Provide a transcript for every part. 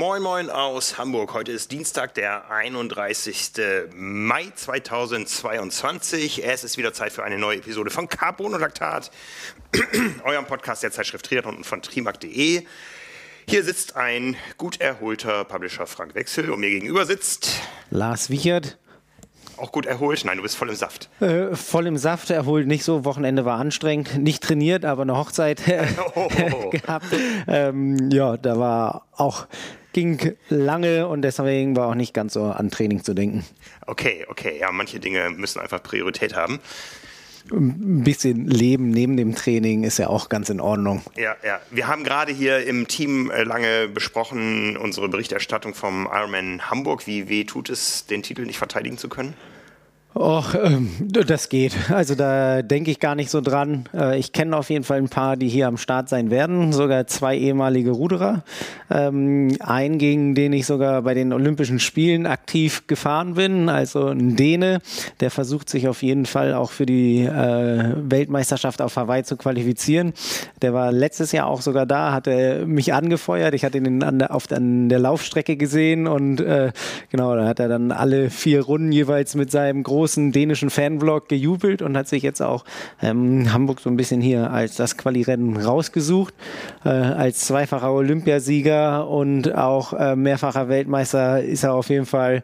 Moin Moin aus Hamburg. Heute ist Dienstag, der 31. Mai 2022. Es ist wieder Zeit für eine neue Episode von Carbon und Laktat, eurem Podcast der Zeitschrift Triathlon und von trimark.de. Hier sitzt ein gut erholter Publisher Frank Wechsel und mir gegenüber sitzt Lars Wiechert. Auch gut erholt? Nein, du bist voll im Saft. Voll im Saft, erholt nicht so. Wochenende war anstrengend. Nicht trainiert, aber eine Hochzeit gehabt. Da war auch, ging lange und deswegen war auch nicht ganz so an Training zu denken. Okay. Ja, manche Dinge müssen einfach Priorität haben. Ein bisschen Leben neben dem Training ist ja auch ganz in Ordnung. Ja. Wir haben gerade hier im Team lange besprochen, unsere Berichterstattung vom Ironman Hamburg. Wie weh tut es, den Titel nicht verteidigen zu können? Och, das geht. Also da denke ich gar nicht so dran. Ich kenne auf jeden Fall ein paar, die hier am Start sein werden. Sogar 2 ehemalige Ruderer. Einen, gegen den ich sogar bei den Olympischen Spielen aktiv gefahren bin. Also ein Däne, der versucht sich auf jeden Fall auch für die Weltmeisterschaft auf Hawaii zu qualifizieren. Der war letztes Jahr auch sogar da, hatte mich angefeuert. Ich hatte ihn an der Laufstrecke gesehen und da hat er dann alle 4 Runden jeweils mit seinem großen dänischen Fanblog gejubelt und hat sich jetzt auch Hamburg so ein bisschen hier als das Quali-Rennen rausgesucht. Als zweifacher Olympiasieger und auch mehrfacher Weltmeister ist er auf jeden Fall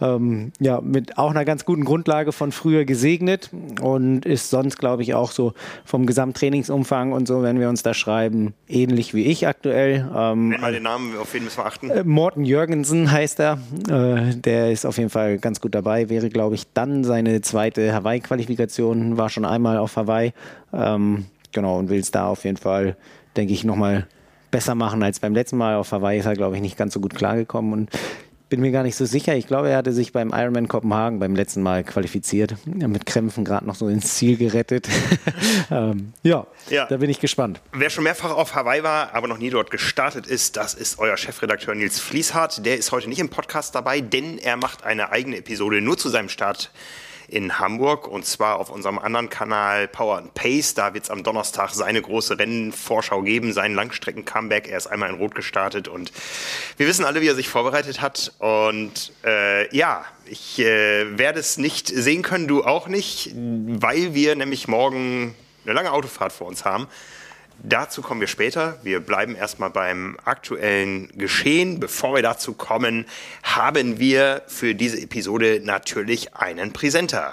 mit auch einer ganz guten Grundlage von früher gesegnet und ist sonst, glaube ich, auch so vom Gesamttrainingsumfang und so, wenn wir uns da schreiben, ähnlich wie ich aktuell. Nenn mal den Namen, auf wen müssen wir achten? Morten Jørgensen heißt er. Der ist auf jeden Fall ganz gut dabei, wäre, glaube ich, dann seine zweite Hawaii-Qualifikation, war schon einmal auf Hawaii, und will es da auf jeden Fall, denke ich, nochmal besser machen als beim letzten Mal. Auf Hawaii ist er, glaube ich, nicht ganz so gut klargekommen und bin mir gar nicht so sicher. Ich glaube, er hatte sich beim Ironman Kopenhagen beim letzten Mal qualifiziert, mit Krämpfen gerade noch so ins Ziel gerettet. Da bin ich gespannt. Wer schon mehrfach auf Hawaii war, aber noch nie dort gestartet ist, das ist euer Chefredakteur Nils Fließhardt. Der ist heute nicht im Podcast dabei, denn er macht eine eigene Episode nur zu seinem Start in Hamburg und zwar auf unserem anderen Kanal Power and Pace. Da wird es am Donnerstag seine große Rennvorschau geben, sein Langstrecken-Comeback. Er ist einmal in Rot gestartet und wir wissen alle, wie er sich vorbereitet hat. Und ich werde es nicht sehen können, du auch nicht, weil wir nämlich morgen eine lange Autofahrt vor uns haben. Dazu kommen wir später. Wir bleiben erstmal beim aktuellen Geschehen. Bevor wir dazu kommen, haben wir für diese Episode natürlich einen Präsenter.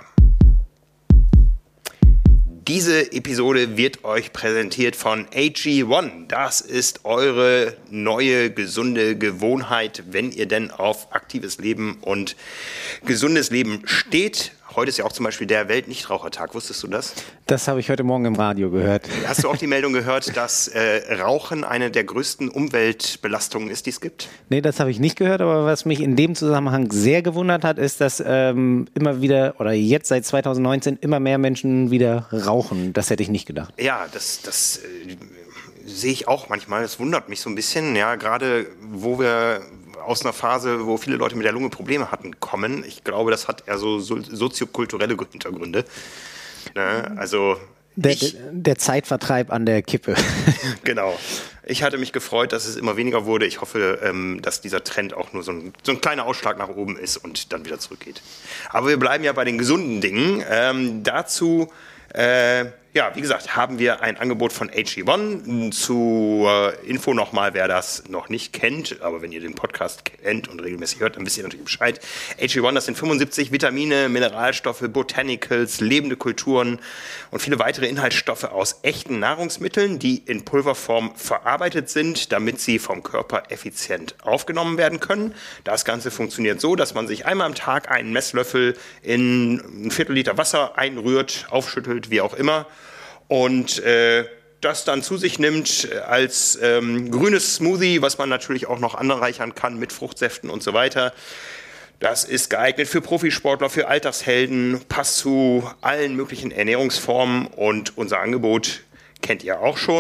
Diese Episode wird euch präsentiert von AG1. Das ist eure neue gesunde Gewohnheit, wenn ihr denn auf aktives Leben und gesundes Leben steht. Heute ist ja auch zum Beispiel der Weltnichtrauchertag. Wusstest du das? Das habe ich heute Morgen im Radio gehört. Hast du auch die Meldung gehört, dass Rauchen eine der größten Umweltbelastungen ist, die es gibt? Nee, das habe ich nicht gehört, aber was mich in dem Zusammenhang sehr gewundert hat, ist, dass immer wieder oder jetzt seit 2019 immer mehr Menschen wieder rauchen. Das hätte ich nicht gedacht. Ja, das sehe ich auch manchmal. Das wundert mich so ein bisschen. Ja, gerade wo wir aus einer Phase, wo viele Leute mit der Lunge Probleme hatten, kommen. Ich glaube, das hat eher so soziokulturelle Hintergründe. Ne? Also der Zeitvertreib an der Kippe. Genau. Ich hatte mich gefreut, dass es immer weniger wurde. Ich hoffe, dass dieser Trend auch nur so ein kleiner Ausschlag nach oben ist und dann wieder zurückgeht. Aber wir bleiben ja bei den gesunden Dingen. Dazu wie gesagt, haben wir ein Angebot von AG1. Zur Info nochmal, wer das noch nicht kennt, aber wenn ihr den Podcast kennt und regelmäßig hört, dann wisst ihr natürlich Bescheid. AG1, das sind 75 Vitamine, Mineralstoffe, Botanicals, lebende Kulturen und viele weitere Inhaltsstoffe aus echten Nahrungsmitteln, die in Pulverform verarbeitet sind, damit sie vom Körper effizient aufgenommen werden können. Das Ganze funktioniert so, dass man sich einmal am Tag einen Messlöffel in ein Viertel-Liter Wasser einrührt, aufschüttelt, wie auch immer, und das dann zu sich nimmt als grünes Smoothie, was man natürlich auch noch anreichern kann mit Fruchtsäften und so weiter. Das ist geeignet für Profisportler, für Alltagshelden, passt zu allen möglichen Ernährungsformen und unser Angebot kennt ihr auch schon.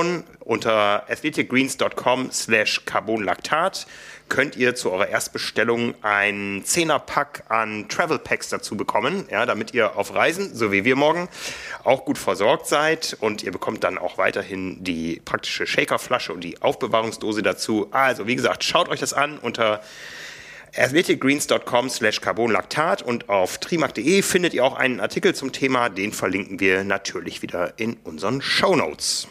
Unter athleticgreens.com/carbonlactat könnt ihr zu eurer Erstbestellung ein 10er-Pack an Travel Packs dazu bekommen, ja, damit ihr auf Reisen, so wie wir morgen, auch gut versorgt seid. Und ihr bekommt dann auch weiterhin die praktische Shakerflasche und die Aufbewahrungsdose dazu. Also, wie gesagt, schaut euch das an unter athleticgreens.com/carbonlactat und auf trimark.de findet ihr auch einen Artikel zum Thema. Den verlinken wir natürlich wieder in unseren Shownotes.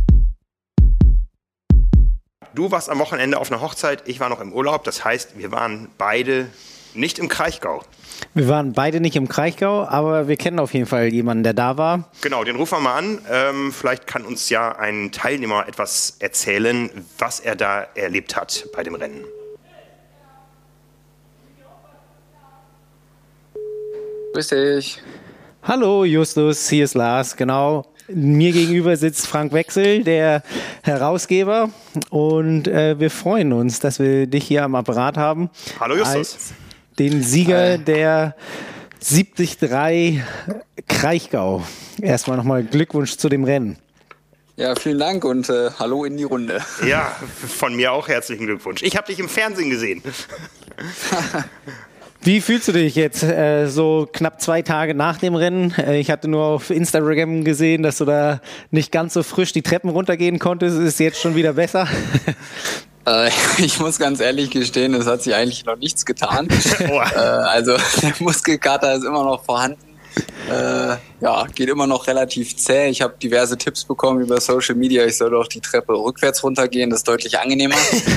Du warst am Wochenende auf einer Hochzeit, ich war noch im Urlaub. Das heißt, wir waren beide nicht im Kraichgau. Wir waren beide nicht im Kraichgau, aber wir kennen auf jeden Fall jemanden, der da war. Genau, den rufen wir mal an. Vielleicht kann uns ja ein Teilnehmer etwas erzählen, was er da erlebt hat bei dem Rennen. Grüß dich. Hallo Justus, hier ist Lars, genau. Mir gegenüber sitzt Frank Wechsel, der Herausgeber, und wir freuen uns, dass wir dich hier am Apparat haben. Hallo Justus. Als den Sieger der 73 Kraichgau. Erstmal nochmal Glückwunsch zu dem Rennen. Ja, vielen Dank und hallo in die Runde. Ja, von mir auch herzlichen Glückwunsch. Ich habe dich im Fernsehen gesehen. Wie fühlst du dich jetzt so knapp 2 Tage nach dem Rennen? Ich hatte nur auf Instagram gesehen, dass du da nicht ganz so frisch die Treppen runtergehen konntest. Ist jetzt schon wieder besser? Ich muss ganz ehrlich gestehen, es hat sich eigentlich noch nichts getan. Also der Muskelkater ist immer noch vorhanden. Ja, geht immer noch relativ zäh. Ich habe diverse Tipps bekommen über Social Media. Ich soll doch die Treppe rückwärts runtergehen, das ist deutlich angenehmer.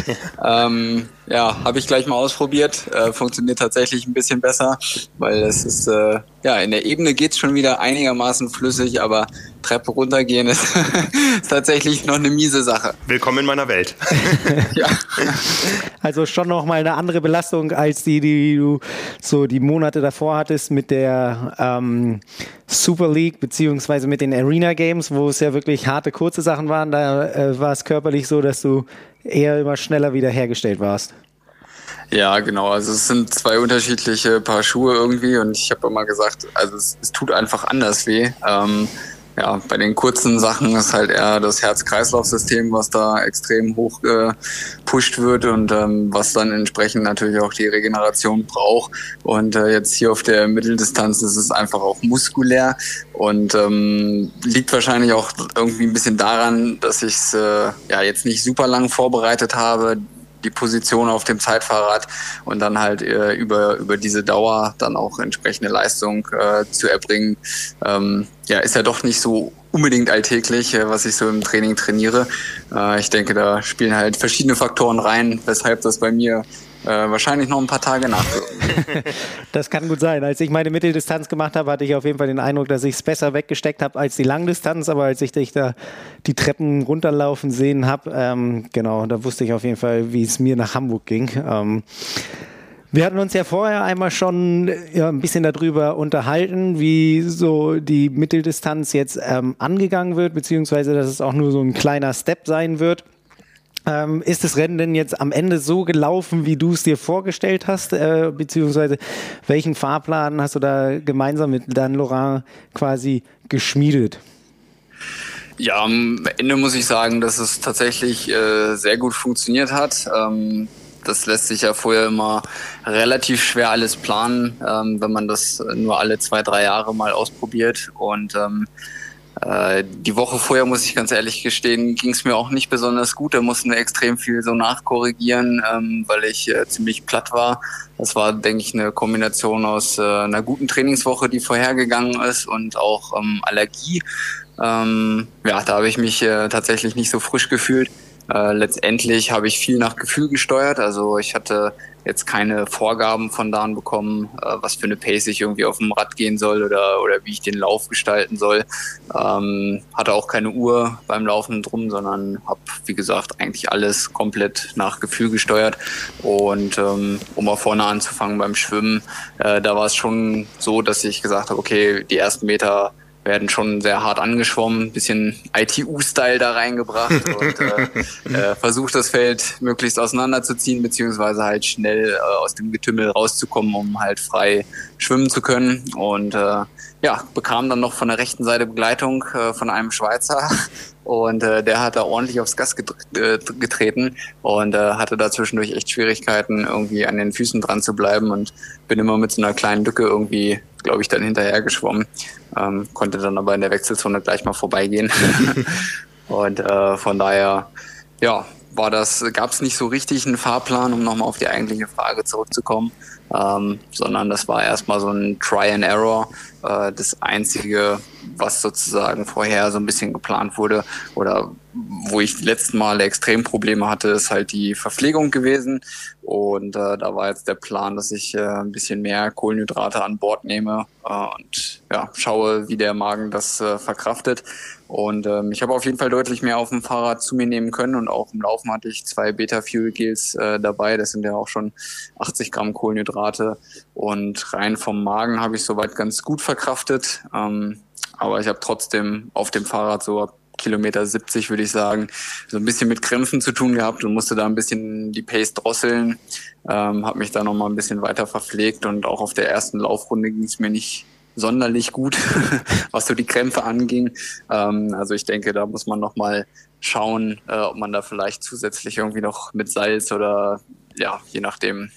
Ja, habe ich gleich mal ausprobiert. Funktioniert tatsächlich ein bisschen besser, weil es ist, ja, in der Ebene geht's schon wieder einigermaßen flüssig, aber Treppe runtergehen ist, ist tatsächlich noch eine miese Sache. Willkommen in meiner Welt. Ja. Also schon noch mal eine andere Belastung als die du so die Monate davor hattest mit der Super League beziehungsweise mit den Arena Games, wo es ja wirklich harte, kurze Sachen waren. Da war es körperlich so, dass du eher immer schneller wieder hergestellt warst. Ja, genau. Also es sind 2 unterschiedliche Paar Schuhe irgendwie und ich habe immer gesagt, also es tut einfach anders weh. Ja, bei den kurzen Sachen ist halt eher das Herz-Kreislauf-System, was da extrem hoch gepusht wird und was dann entsprechend natürlich auch die Regeneration braucht. Und jetzt hier auf der Mitteldistanz ist es einfach auch muskulär und liegt wahrscheinlich auch irgendwie ein bisschen daran, dass ich es ja jetzt nicht super lang vorbereitet habe, die Position auf dem Zeitfahrrad und dann halt über diese Dauer dann auch entsprechende Leistung zu erbringen. Ja, ist ja doch nicht so unbedingt alltäglich, was ich so im Training trainiere. Ich denke, da spielen halt verschiedene Faktoren rein, weshalb das bei mir wahrscheinlich noch ein paar Tage nachwirken. Das kann gut sein. Als ich meine Mitteldistanz gemacht habe, hatte ich auf jeden Fall den Eindruck, dass ich es besser weggesteckt habe als die Langdistanz. Aber als ich dich da die Treppen runterlaufen sehen habe, genau, da wusste ich auf jeden Fall, wie es mir nach Hamburg ging. Wir hatten uns ja vorher einmal schon ein bisschen darüber unterhalten, wie so die Mitteldistanz jetzt angegangen wird, beziehungsweise dass es auch nur so ein kleiner Step sein wird. Ist das Rennen denn jetzt am Ende so gelaufen, wie du es dir vorgestellt hast, beziehungsweise welchen Fahrplan hast du da gemeinsam mit Dan Laurent quasi geschmiedet? Ja, am Ende muss ich sagen, dass es tatsächlich sehr gut funktioniert hat. Das lässt sich ja vorher immer relativ schwer alles planen, wenn man das nur alle 2-3 Jahre mal ausprobiert. Und die Woche vorher, muss ich ganz ehrlich gestehen, ging es mir auch nicht besonders gut. Da mussten wir extrem viel so nachkorrigieren, weil ich ziemlich platt war. Das war, denke ich, eine Kombination aus einer guten Trainingswoche, die vorhergegangen ist, und auch Allergie. Ja, da habe ich mich tatsächlich nicht so frisch gefühlt. Letztendlich habe ich viel nach Gefühl gesteuert. Also ich hatte jetzt keine Vorgaben von Dan bekommen, was für eine Pace ich irgendwie auf dem Rad gehen soll oder wie ich den Lauf gestalten soll. Hatte auch keine Uhr beim Laufen drum, sondern habe, wie gesagt, eigentlich alles komplett nach Gefühl gesteuert. Und um mal vorne anzufangen beim Schwimmen, da war es schon so, dass ich gesagt habe, okay, die ersten Meter werden schon sehr hart angeschwommen, bisschen ITU-Style da reingebracht und versucht das Feld möglichst auseinanderzuziehen, beziehungsweise halt schnell aus dem Getümmel rauszukommen, um halt frei schwimmen zu können. Und bekam dann noch von der rechten Seite Begleitung von einem Schweizer. Und der hat da ordentlich aufs Gas getreten und hatte da zwischendurch echt Schwierigkeiten, irgendwie an den Füßen dran zu bleiben und bin immer mit so einer kleinen Lücke irgendwie, glaube ich, dann hinterher geschwommen. Konnte dann aber in der Wechselzone gleich mal vorbeigehen. Und von daher, gab es nicht so richtig einen Fahrplan, um nochmal auf die eigentliche Frage zurückzukommen, sondern das war erstmal so ein Try and Error. Das Einzige, was sozusagen vorher so ein bisschen geplant wurde oder wo ich die letzten Male Extremprobleme hatte, ist halt die Verpflegung gewesen. Und da war jetzt der Plan, dass ich ein bisschen mehr Kohlenhydrate an Bord nehme und schaue, wie der Magen das verkraftet. Und ich habe auf jeden Fall deutlich mehr auf dem Fahrrad zu mir nehmen können und auch im Laufen hatte ich 2 Beta-Fuel-Gels dabei. Das sind ja auch schon 80 Gramm Kohlenhydrate und rein vom Magen habe ich soweit ganz gut verkraftet. Aber ich habe trotzdem auf dem Fahrrad so ab Kilometer 70, würde ich sagen, so ein bisschen mit Krämpfen zu tun gehabt und musste da ein bisschen die Pace drosseln. Habe mich da nochmal ein bisschen weiter verpflegt und auch auf der ersten Laufrunde ging es mir nicht sonderlich gut, was so die Krämpfe anging. Also ich denke, da muss man nochmal schauen, ob man da vielleicht zusätzlich irgendwie noch mit Salz oder je nachdem,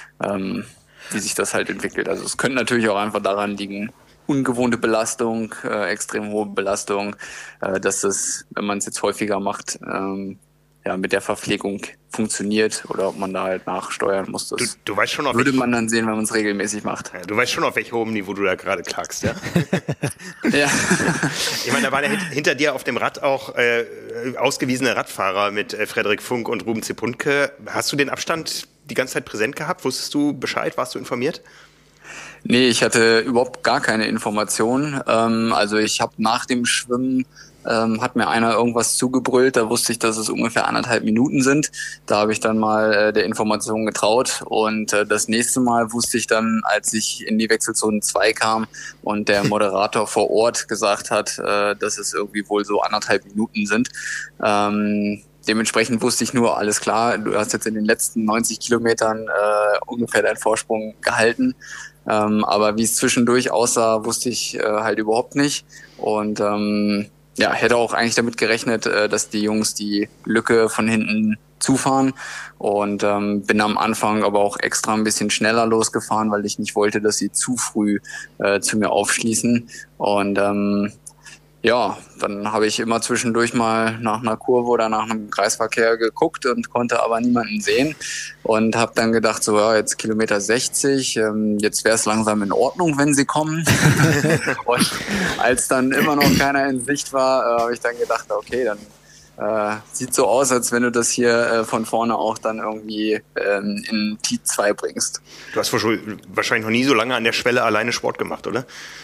wie sich das halt entwickelt. Also es könnte natürlich auch einfach daran liegen, ungewohnte Belastung, extrem hohe Belastung, dass es, wenn man es jetzt häufiger macht, mit der Verpflegung funktioniert oder ob man da halt nachsteuern muss. Das du weißt schon, würde man dann sehen, wenn man es regelmäßig macht. Ja, du weißt schon, auf welchem hohem Niveau du da gerade klagst, ja? Ja. Ich meine, da waren ja hinter dir auf dem Rad auch ausgewiesene Radfahrer mit Frederik Funk und Ruben Zipuntke. Hast du den Abstand die ganze Zeit präsent gehabt? Wusstest du Bescheid? Warst du informiert? Nee, ich hatte überhaupt gar keine Informationen. Also ich habe nach dem Schwimmen hat mir einer irgendwas zugebrüllt, da wusste ich, dass es ungefähr 1,5 Minuten sind. Da habe ich dann mal der Information getraut und das nächste Mal wusste ich dann, als ich in die Wechselzone 2 kam und der Moderator vor Ort gesagt hat, dass es irgendwie wohl so 1,5 Minuten sind. Dementsprechend wusste ich nur, alles klar, du hast jetzt in den letzten 90 Kilometern ungefähr deinen Vorsprung gehalten. Aber wie es zwischendurch aussah, wusste ich halt überhaupt nicht. Und hätte auch eigentlich damit gerechnet, dass die Jungs die Lücke von hinten zufahren. Und bin am Anfang aber auch extra ein bisschen schneller losgefahren, weil ich nicht wollte, dass sie zu früh zu mir aufschließen. Und dann habe ich immer zwischendurch mal nach einer Kurve oder nach einem Kreisverkehr geguckt und konnte aber niemanden sehen und habe dann gedacht, so jetzt Kilometer 60, jetzt wäre es langsam in Ordnung, wenn sie kommen. Und als dann immer noch keiner in Sicht war, habe ich dann gedacht, okay, dann sieht so aus, als wenn du das hier von vorne auch dann irgendwie in T2 bringst. Du hast wahrscheinlich noch nie so lange an der Schwelle alleine Sport gemacht, oder?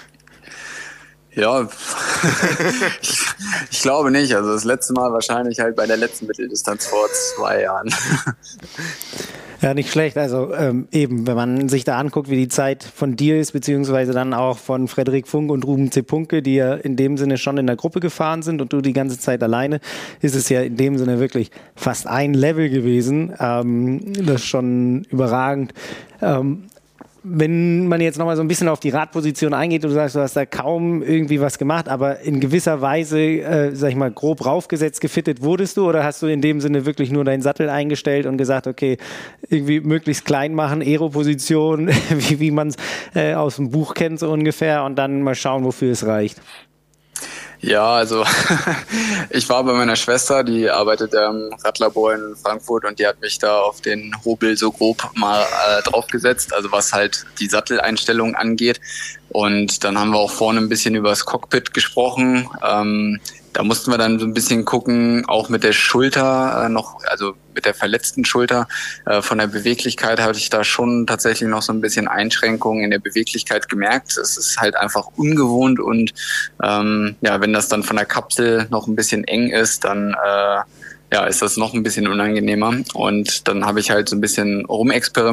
Ja, ich glaube nicht. Also das letzte Mal wahrscheinlich halt bei der letzten Mitteldistanz vor 2 Jahren. Ja, nicht schlecht. Also eben, wenn man sich da anguckt, wie die Zeit von dir ist, beziehungsweise dann auch von Frederik Funk und Ruben Zipuntke, die ja in dem Sinne schon in der Gruppe gefahren sind und du die ganze Zeit alleine, ist es ja in dem Sinne wirklich fast ein Level gewesen. Das ist schon überragend. Wenn man jetzt nochmal so ein bisschen auf die Radposition eingeht und du sagst, du hast da kaum irgendwie was gemacht, aber in gewisser Weise, sag ich mal, grob raufgesetzt, gefittet wurdest du oder hast du in dem Sinne wirklich nur deinen Sattel eingestellt und gesagt, okay, irgendwie möglichst klein machen, Aero-Position, wie man es aus dem Buch kennt so ungefähr und dann mal schauen, wofür es reicht? Ja, also ich war bei meiner Schwester, die arbeitet im Radlabor in Frankfurt und die hat mich da auf den Hobel so grob mal draufgesetzt, also was halt die Satteleinstellung angeht. Und dann haben wir auch vorne ein bisschen über das Cockpit gesprochen. Da mussten wir dann so ein bisschen gucken, auch mit der Schulter also mit der verletzten Schulter. Von der Beweglichkeit hatte ich da schon tatsächlich noch so ein bisschen Einschränkungen in der Beweglichkeit gemerkt. Es ist halt einfach ungewohnt und wenn das dann von der Kapsel noch ein bisschen eng ist, dann ist das noch ein bisschen unangenehmer. Und dann habe ich halt so ein bisschen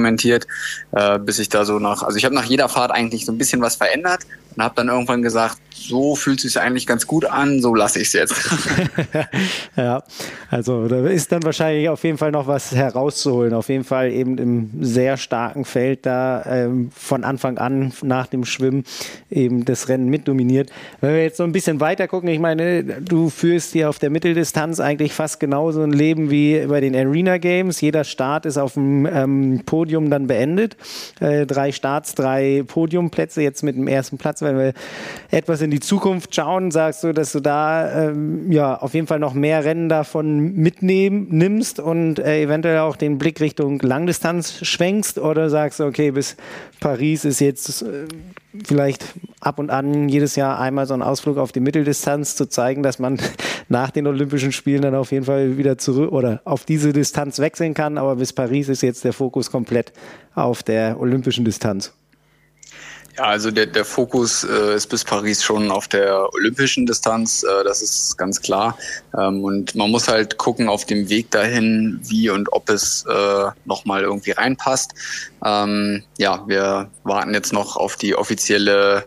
rumexperimentiert, bis ich da so also ich habe nach jeder Fahrt eigentlich so ein bisschen was verändert und habe dann irgendwann gesagt, so fühlt es sich eigentlich ganz gut an, so lasse ich es jetzt. Ja, also da ist dann wahrscheinlich auf jeden Fall noch was herauszuholen. Auf jeden Fall eben im sehr starken Feld da von Anfang an nach dem Schwimmen eben das Rennen mitdominiert. Wenn wir jetzt so ein bisschen weiter gucken, ich meine, du führst hier auf der Mitteldistanz eigentlich fast genauso ein Leben wie bei den Arena Games. Jeder Start ist auf dem Podium dann beendet. 3 Starts, 3 Podiumplätze. Jetzt mit dem ersten Platz, wenn wir etwas in die Zukunft schauen, sagst du, dass du da auf jeden Fall noch mehr Rennen davon nimmst und eventuell auch den Blick Richtung Langdistanz schwenkst, oder sagst du, okay, bis Paris ist jetzt vielleicht ab und an jedes Jahr einmal so ein Ausflug auf die Mitteldistanz, zu zeigen, dass man nach den Olympischen Spielen dann auf jeden Fall wieder zurück oder auf diese Distanz wechseln kann, aber bis Paris ist jetzt der Fokus komplett auf der olympischen Distanz. Ja, also der Fokus ist bis Paris schon auf der olympischen Distanz, das ist ganz klar. Und man muss halt gucken auf dem Weg dahin, wie und ob es nochmal irgendwie reinpasst. Wir warten jetzt noch auf die offizielle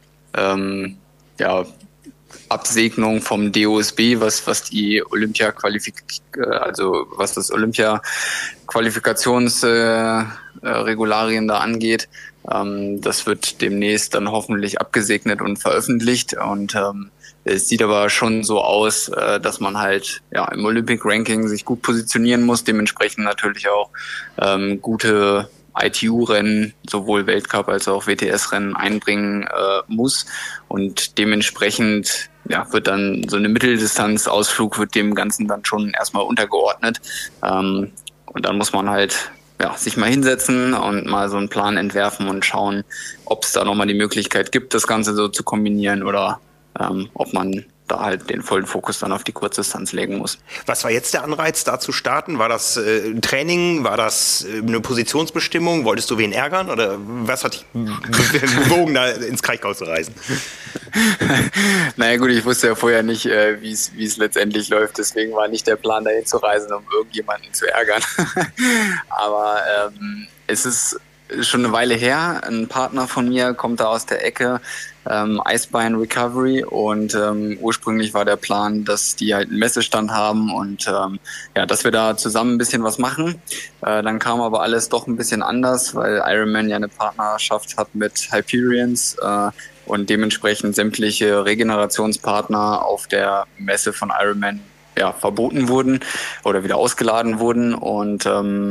Absegnung vom DOSB, was die was das Olympia-Qualifikationsregularien da angeht. Das wird demnächst dann hoffentlich abgesegnet und veröffentlicht, und es sieht aber schon so aus, dass man halt im Olympic Ranking sich gut positionieren muss, dementsprechend natürlich auch gute ITU-Rennen, sowohl Weltcup als auch WTS-Rennen einbringen muss, und dementsprechend wird dann so eine Mitteldistanz-Ausflug wird dem Ganzen dann schon erstmal untergeordnet, und dann muss man halt sich mal hinsetzen und mal so einen Plan entwerfen und schauen, ob es da nochmal die Möglichkeit gibt, das Ganze so zu kombinieren, oder ob man da halt den vollen Fokus dann auf die Kurzdistanz legen muss. Was war jetzt der Anreiz, da zu starten? War das Training? War das eine Positionsbestimmung? Wolltest du wen ärgern? Oder was hat dich bewogen, da ins Kraichgau zu reisen? Naja gut, ich wusste ja vorher nicht, wie es letztendlich läuft. Deswegen war nicht der Plan, dahin zu reisen, um irgendjemanden zu ärgern. Aber es ist schon eine Weile her. Ein Partner von mir kommt da aus der Ecke, Eisbein Recovery, und ursprünglich war der Plan, dass die halt einen Messestand haben und dass wir da zusammen ein bisschen was machen. Dann kam aber alles doch ein bisschen anders, weil Ironman ja eine Partnerschaft hat mit Hyperions und dementsprechend sämtliche Regenerationspartner auf der Messe von Ironman verboten wurden oder wieder ausgeladen wurden, und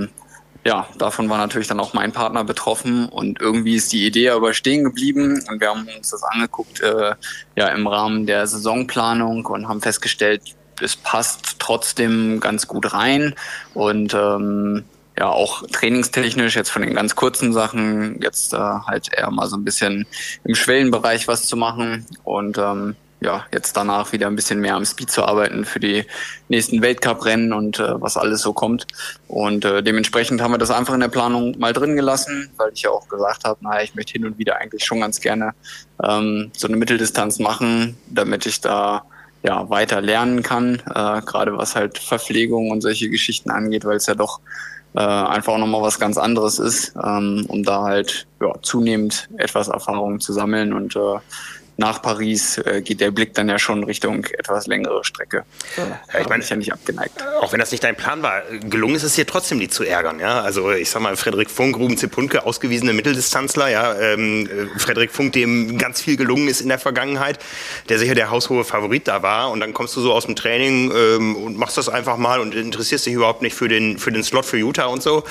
davon war natürlich dann auch mein Partner betroffen, und irgendwie ist die Idee aber stehen geblieben, und wir haben uns das angeguckt im Rahmen der Saisonplanung und haben festgestellt, es passt trotzdem ganz gut rein, und auch trainingstechnisch jetzt von den ganz kurzen Sachen jetzt halt eher mal so ein bisschen im Schwellenbereich was zu machen, und jetzt danach wieder ein bisschen mehr am Speed zu arbeiten für die nächsten Weltcup-Rennen und was alles so kommt. Und dementsprechend haben wir das einfach in der Planung mal drin gelassen, weil ich ja auch gesagt habe, ich möchte hin und wieder eigentlich schon ganz gerne so eine Mitteldistanz machen, damit ich da weiter lernen kann, gerade was halt Verpflegung und solche Geschichten angeht, weil es ja doch einfach auch nochmal was ganz anderes ist, um da halt zunehmend etwas Erfahrung zu sammeln, und nach Paris geht der Blick dann ja schon Richtung etwas längere Strecke. Ich meine, ist ja nicht abgeneigt. Auch wenn das nicht dein Plan war, gelungen ist es dir trotzdem, die zu ärgern. Ja? Also ich sag mal, Frederik Funk, Ruben Zepunke, ausgewiesene Mitteldistanzler. Ja? Frederik Funk, dem ganz viel gelungen ist in der Vergangenheit, der sicher der haushohe Favorit da war. Und dann kommst du so aus dem Training und machst das einfach mal und interessierst dich überhaupt nicht für den Slot für Utah und so.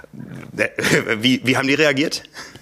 Wie haben die reagiert?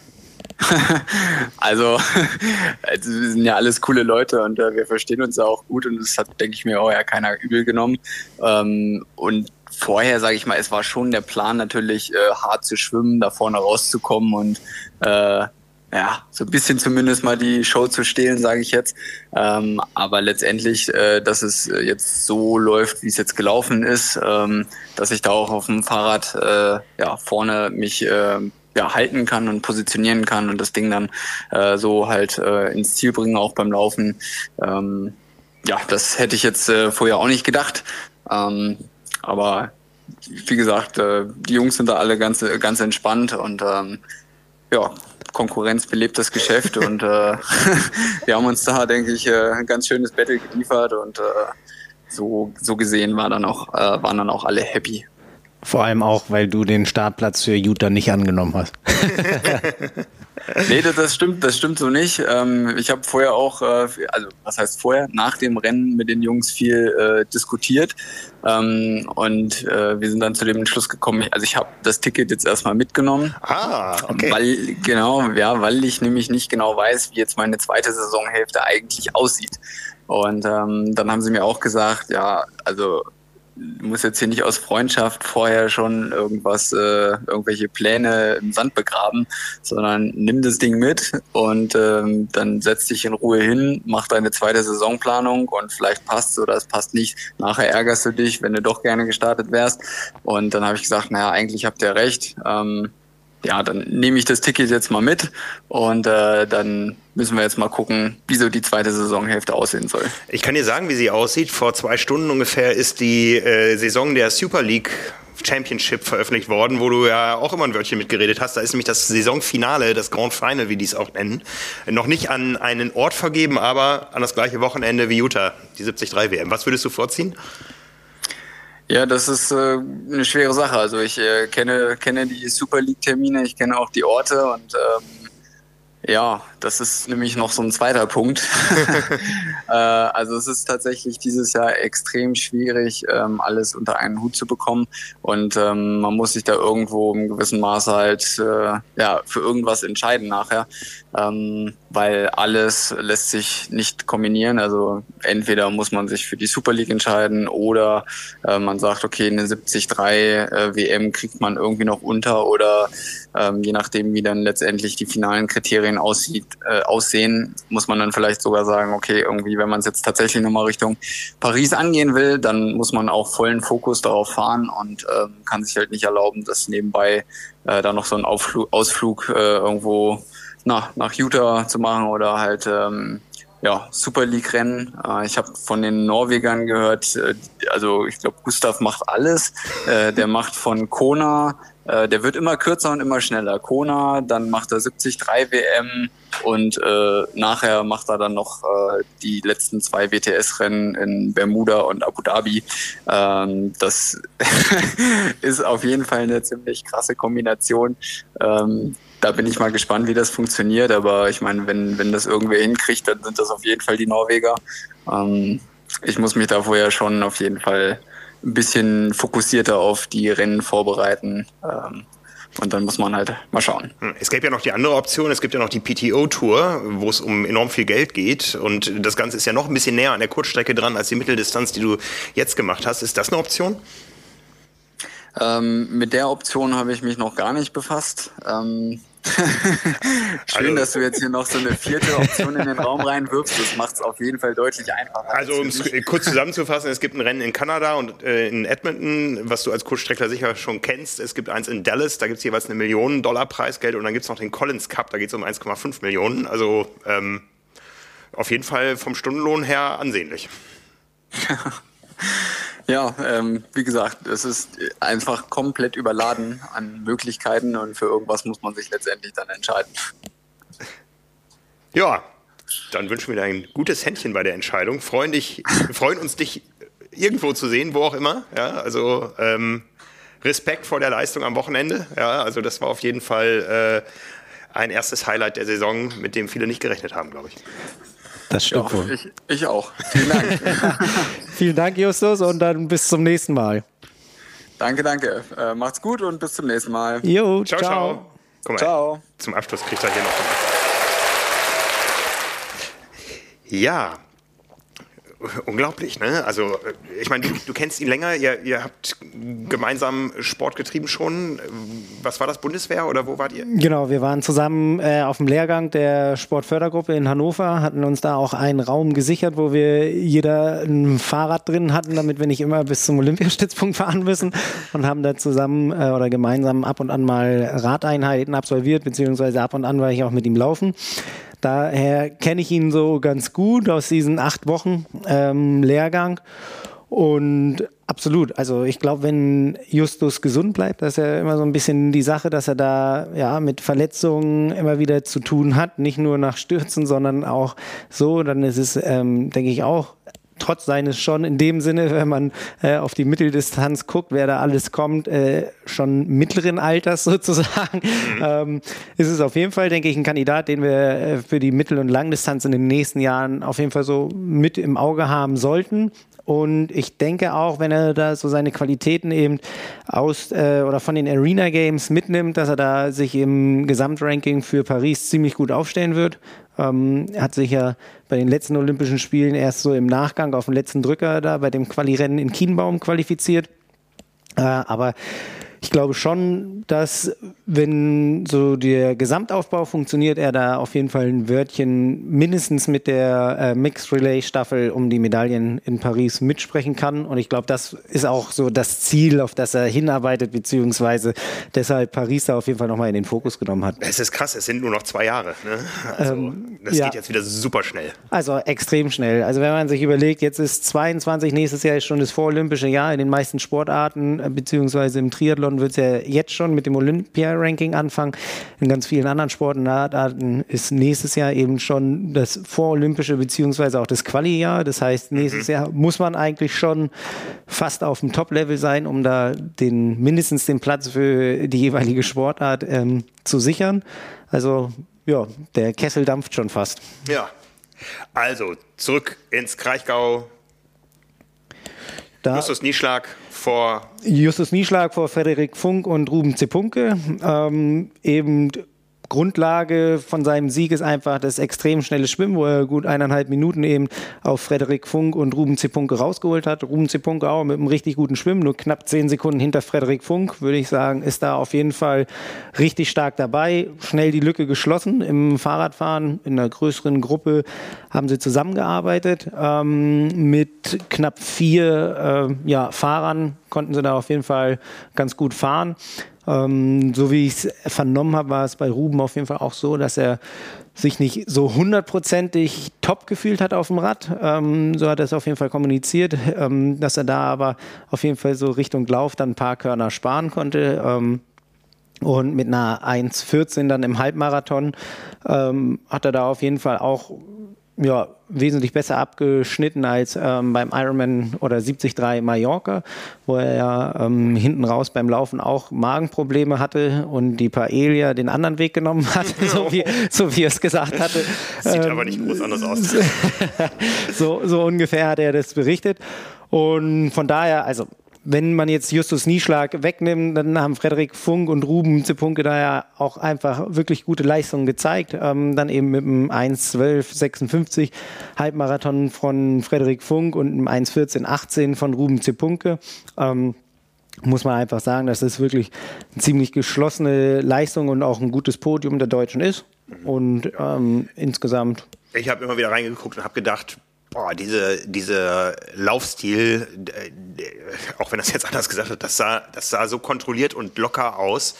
Also, wir sind ja alles coole Leute, und wir verstehen uns ja auch gut, und das hat, denke ich mir, auch keiner übel genommen. Und vorher, sage ich mal, es war schon der Plan natürlich, hart zu schwimmen, da vorne rauszukommen und so ein bisschen zumindest mal die Show zu stehlen, sage ich jetzt. Aber letztendlich, dass es jetzt so läuft, wie es jetzt gelaufen ist, dass ich da auch auf dem Fahrrad vorne mich halten kann und positionieren kann und das Ding dann so halt ins Ziel bringen, auch beim Laufen. Das hätte ich jetzt vorher auch nicht gedacht. Aber wie gesagt, die Jungs sind da alle ganz entspannt, und Konkurrenz belebt das Geschäft und wir haben uns da, denke ich, ein ganz schönes Battle geliefert und so gesehen waren dann auch alle happy. Vor allem auch, weil du den Startplatz für Utah nicht angenommen hast. Nee, das stimmt so nicht. Ich habe vorher auch, was heißt vorher, nach dem Rennen mit den Jungs viel diskutiert und wir sind dann zu dem Entschluss gekommen, also ich habe das Ticket jetzt erstmal mitgenommen, okay. weil ich nämlich nicht genau weiß, wie jetzt meine zweite Saisonhälfte eigentlich aussieht. Und dann haben sie mir auch gesagt, ja, also du musst jetzt hier nicht aus Freundschaft vorher schon irgendwelche Pläne im Sand begraben, sondern nimm das Ding mit und dann setz dich in Ruhe hin, mach deine zweite Saisonplanung und vielleicht passt es oder es passt nicht. Nachher ärgerst du dich, wenn du doch gerne gestartet wärst. Und dann habe ich gesagt, naja, eigentlich habt ihr recht. Dann nehme ich das Ticket jetzt mal mit und dann müssen wir jetzt mal gucken, wie so die zweite Saisonhälfte aussehen soll. Ich kann dir sagen, wie sie aussieht. Vor 2 Stunden ungefähr ist die Saison der Super League Championship veröffentlicht worden, wo du ja auch immer ein Wörtchen mitgeredet hast. Da ist nämlich das Saisonfinale, das Grand Final, wie die es auch nennen, noch nicht an einen Ort vergeben, aber an das gleiche Wochenende wie Utah, die 73 WM. Was würdest du vorziehen? Ja, das ist eine schwere Sache. Also ich kenne die Super League-Termine, ich kenne auch die Orte und das ist nämlich noch so ein zweiter Punkt. Also es ist tatsächlich dieses Jahr extrem schwierig, alles unter einen Hut zu bekommen und man muss sich da irgendwo im gewissen Maße halt für irgendwas entscheiden nachher, weil alles lässt sich nicht kombinieren. Also entweder muss man sich für die Super League entscheiden oder man sagt, okay, eine 73 WM kriegt man irgendwie noch unter oder je nachdem, wie dann letztendlich die finalen Kriterien aussehen, muss man dann vielleicht sogar sagen, okay, irgendwie, wenn man es jetzt tatsächlich nochmal Richtung Paris angehen will, dann muss man auch vollen Fokus darauf fahren und kann sich halt nicht erlauben, dass nebenbei da noch so ein Ausflug irgendwo nach Utah zu machen oder halt Super League Rennen. Ich habe von den Norwegern gehört, also ich glaube, Gustav macht alles. Der macht von Kona, der wird immer kürzer und immer schneller. Kona, dann macht er 73 WM und nachher macht er dann noch die letzten 2 WTS-Rennen in Bermuda und Abu Dhabi. Das ist auf jeden Fall eine ziemlich krasse Kombination. Da bin ich mal gespannt, wie das funktioniert. Aber ich meine, wenn das irgendwer hinkriegt, dann sind das auf jeden Fall die Norweger. Ich muss mich da vorher schon auf jeden Fall ein bisschen fokussierter auf die Rennen vorbereiten. Und dann muss man halt mal schauen. Es gäbe ja noch die andere Option, es gibt ja noch die PTO-Tour, wo es um enorm viel Geld geht. Und das Ganze ist ja noch ein bisschen näher an der Kurzstrecke dran als die Mitteldistanz, die du jetzt gemacht hast. Ist das eine Option? Mit der Option habe ich mich noch gar nicht befasst. Schön, dass du jetzt hier noch so eine 4. Option in den Raum reinwirfst. Das macht es auf jeden Fall deutlich einfacher. Also um es kurz zusammenzufassen, es gibt ein Rennen in Kanada und in Edmonton, was du als Kurzstreckler sicher schon kennst. Es gibt eins in Dallas, da gibt es jeweils $1 Million Preisgeld und dann gibt es noch den Collins Cup, da geht es um 1,5 Millionen. Also auf jeden Fall vom Stundenlohn her ansehnlich. Ja, wie gesagt, es ist einfach komplett überladen an Möglichkeiten und für irgendwas muss man sich letztendlich dann entscheiden. Ja, dann wünschen wir dir ein gutes Händchen bei der Entscheidung. Freuen uns, dich irgendwo zu sehen, wo auch immer. Ja, also Respekt vor der Leistung am Wochenende. Ja, also das war auf jeden Fall ein erstes Highlight der Saison, mit dem viele nicht gerechnet haben, glaube ich. Das stimmt wohl. Ja, ich auch. Vielen Dank. Vielen Dank, Justus, und dann bis zum nächsten Mal. Danke. Macht's gut und bis zum nächsten Mal. Jo, ciao. Guck mal, ciao. Zum Abschluss kriegt er hier noch was. Ja, unglaublich, ne? Also ich meine, du kennst ihn länger, ihr habt gemeinsam Sport getrieben schon. Was war das, Bundeswehr oder wo wart ihr? Genau, wir waren zusammen auf dem Lehrgang der Sportfördergruppe in Hannover, hatten uns da auch einen Raum gesichert, wo wir jeder ein Fahrrad drin hatten, damit wir nicht immer bis zum Olympiastützpunkt fahren müssen und haben da zusammen oder gemeinsam ab und an mal Radeinheiten absolviert, beziehungsweise ab und an war ich auch mit ihm laufen. Daher kenne ich ihn so ganz gut aus diesen 8 Wochen Lehrgang Und absolut, also ich glaube, wenn Justus gesund bleibt, das ist ja immer so ein bisschen die Sache, dass er da ja mit Verletzungen immer wieder zu tun hat, nicht nur nach Stürzen, sondern auch so, dann ist es, denke ich auch, trotz seines schon in dem Sinne, wenn man auf die Mitteldistanz guckt, wer da alles kommt, schon mittleren Alters sozusagen, ist es auf jeden Fall, denke ich, ein Kandidat, den wir für die Mittel- und Langdistanz in den nächsten Jahren auf jeden Fall so mit im Auge haben sollten. Und ich denke auch, wenn er da so seine Qualitäten eben aus oder von den Arena Games mitnimmt, dass er da sich im Gesamtranking für Paris ziemlich gut aufstellen wird. Er hat sich ja bei den letzten Olympischen Spielen erst so im Nachgang auf den letzten Drücker da bei dem Quali-Rennen in Kienbaum qualifiziert. Aber ich glaube schon, dass, wenn so der Gesamtaufbau funktioniert, er da auf jeden Fall ein Wörtchen mindestens mit der Mixed Relay Staffel um die Medaillen in Paris mitsprechen kann. Und ich glaube, das ist auch so das Ziel, auf das er hinarbeitet, beziehungsweise deshalb Paris da auf jeden Fall nochmal in den Fokus genommen hat. Es ist krass, es sind nur noch 2 Jahre. Ne? Also, das geht jetzt wieder super schnell. Also extrem schnell. Also wenn man sich überlegt, jetzt ist 22, nächstes Jahr ist schon das vorolympische Jahr in den meisten Sportarten, beziehungsweise im Triathlon wird es ja jetzt schon mit dem Olympia-Ranking anfangen. In ganz vielen anderen Sportarten ist nächstes Jahr eben schon das vorolympische beziehungsweise auch das Quali-Jahr. Das heißt, nächstes Jahr muss man eigentlich schon fast auf dem Top-Level sein, um da mindestens den Platz für die jeweilige Sportart zu sichern. Also ja, der Kessel dampft schon fast. Ja, also zurück ins Kraichgau. Justus Nieschlag vor Frederik Funk und Ruben Zepunke. Eben Grundlage von seinem Sieg ist einfach das extrem schnelle Schwimmen, wo er gut 1,5 Minuten eben auf Frederik Funk und Ruben Zepunke rausgeholt hat. Ruben Zepunke auch mit einem richtig guten Schwimmen, nur knapp 10 Sekunden hinter Frederik Funk, würde ich sagen, ist da auf jeden Fall richtig stark dabei. Schnell die Lücke geschlossen im Fahrradfahren. In einer größeren Gruppe haben sie zusammengearbeitet. Mit knapp 4 Fahrern konnten sie da auf jeden Fall ganz gut fahren. So wie ich es vernommen habe, war es bei Ruben auf jeden Fall auch so, dass er sich nicht so 100%ig top gefühlt hat auf dem Rad. So hat er es auf jeden Fall kommuniziert, dass er da aber auf jeden Fall so Richtung Lauf dann ein paar Körner sparen konnte. Und mit einer 1,14 dann im Halbmarathon hat er da auf jeden Fall auch wesentlich besser abgeschnitten als beim Ironman oder 73 Mallorca, wo er ja hinten raus beim Laufen auch Magenprobleme hatte und die Paella den anderen Weg genommen hat, so wie er es gesagt hatte. Sieht aber nicht groß anders aus. so ungefähr hat er das berichtet. Und von daher, also wenn man jetzt Justus Nieschlag wegnimmt, dann haben Frederik Funk und Ruben Zepunke da ja auch einfach wirklich gute Leistungen gezeigt. Dann eben mit einem 1,12,56 Halbmarathon von Frederik Funk und einem 1,14,18 von Ruben Zepunke. Muss man einfach sagen, dass das wirklich eine ziemlich geschlossene Leistung und auch ein gutes Podium der Deutschen ist. Und insgesamt... Ich habe immer wieder reingeguckt und habe gedacht, dieser Laufstil, auch wenn das jetzt anders gesagt wird, das sah so kontrolliert und locker aus.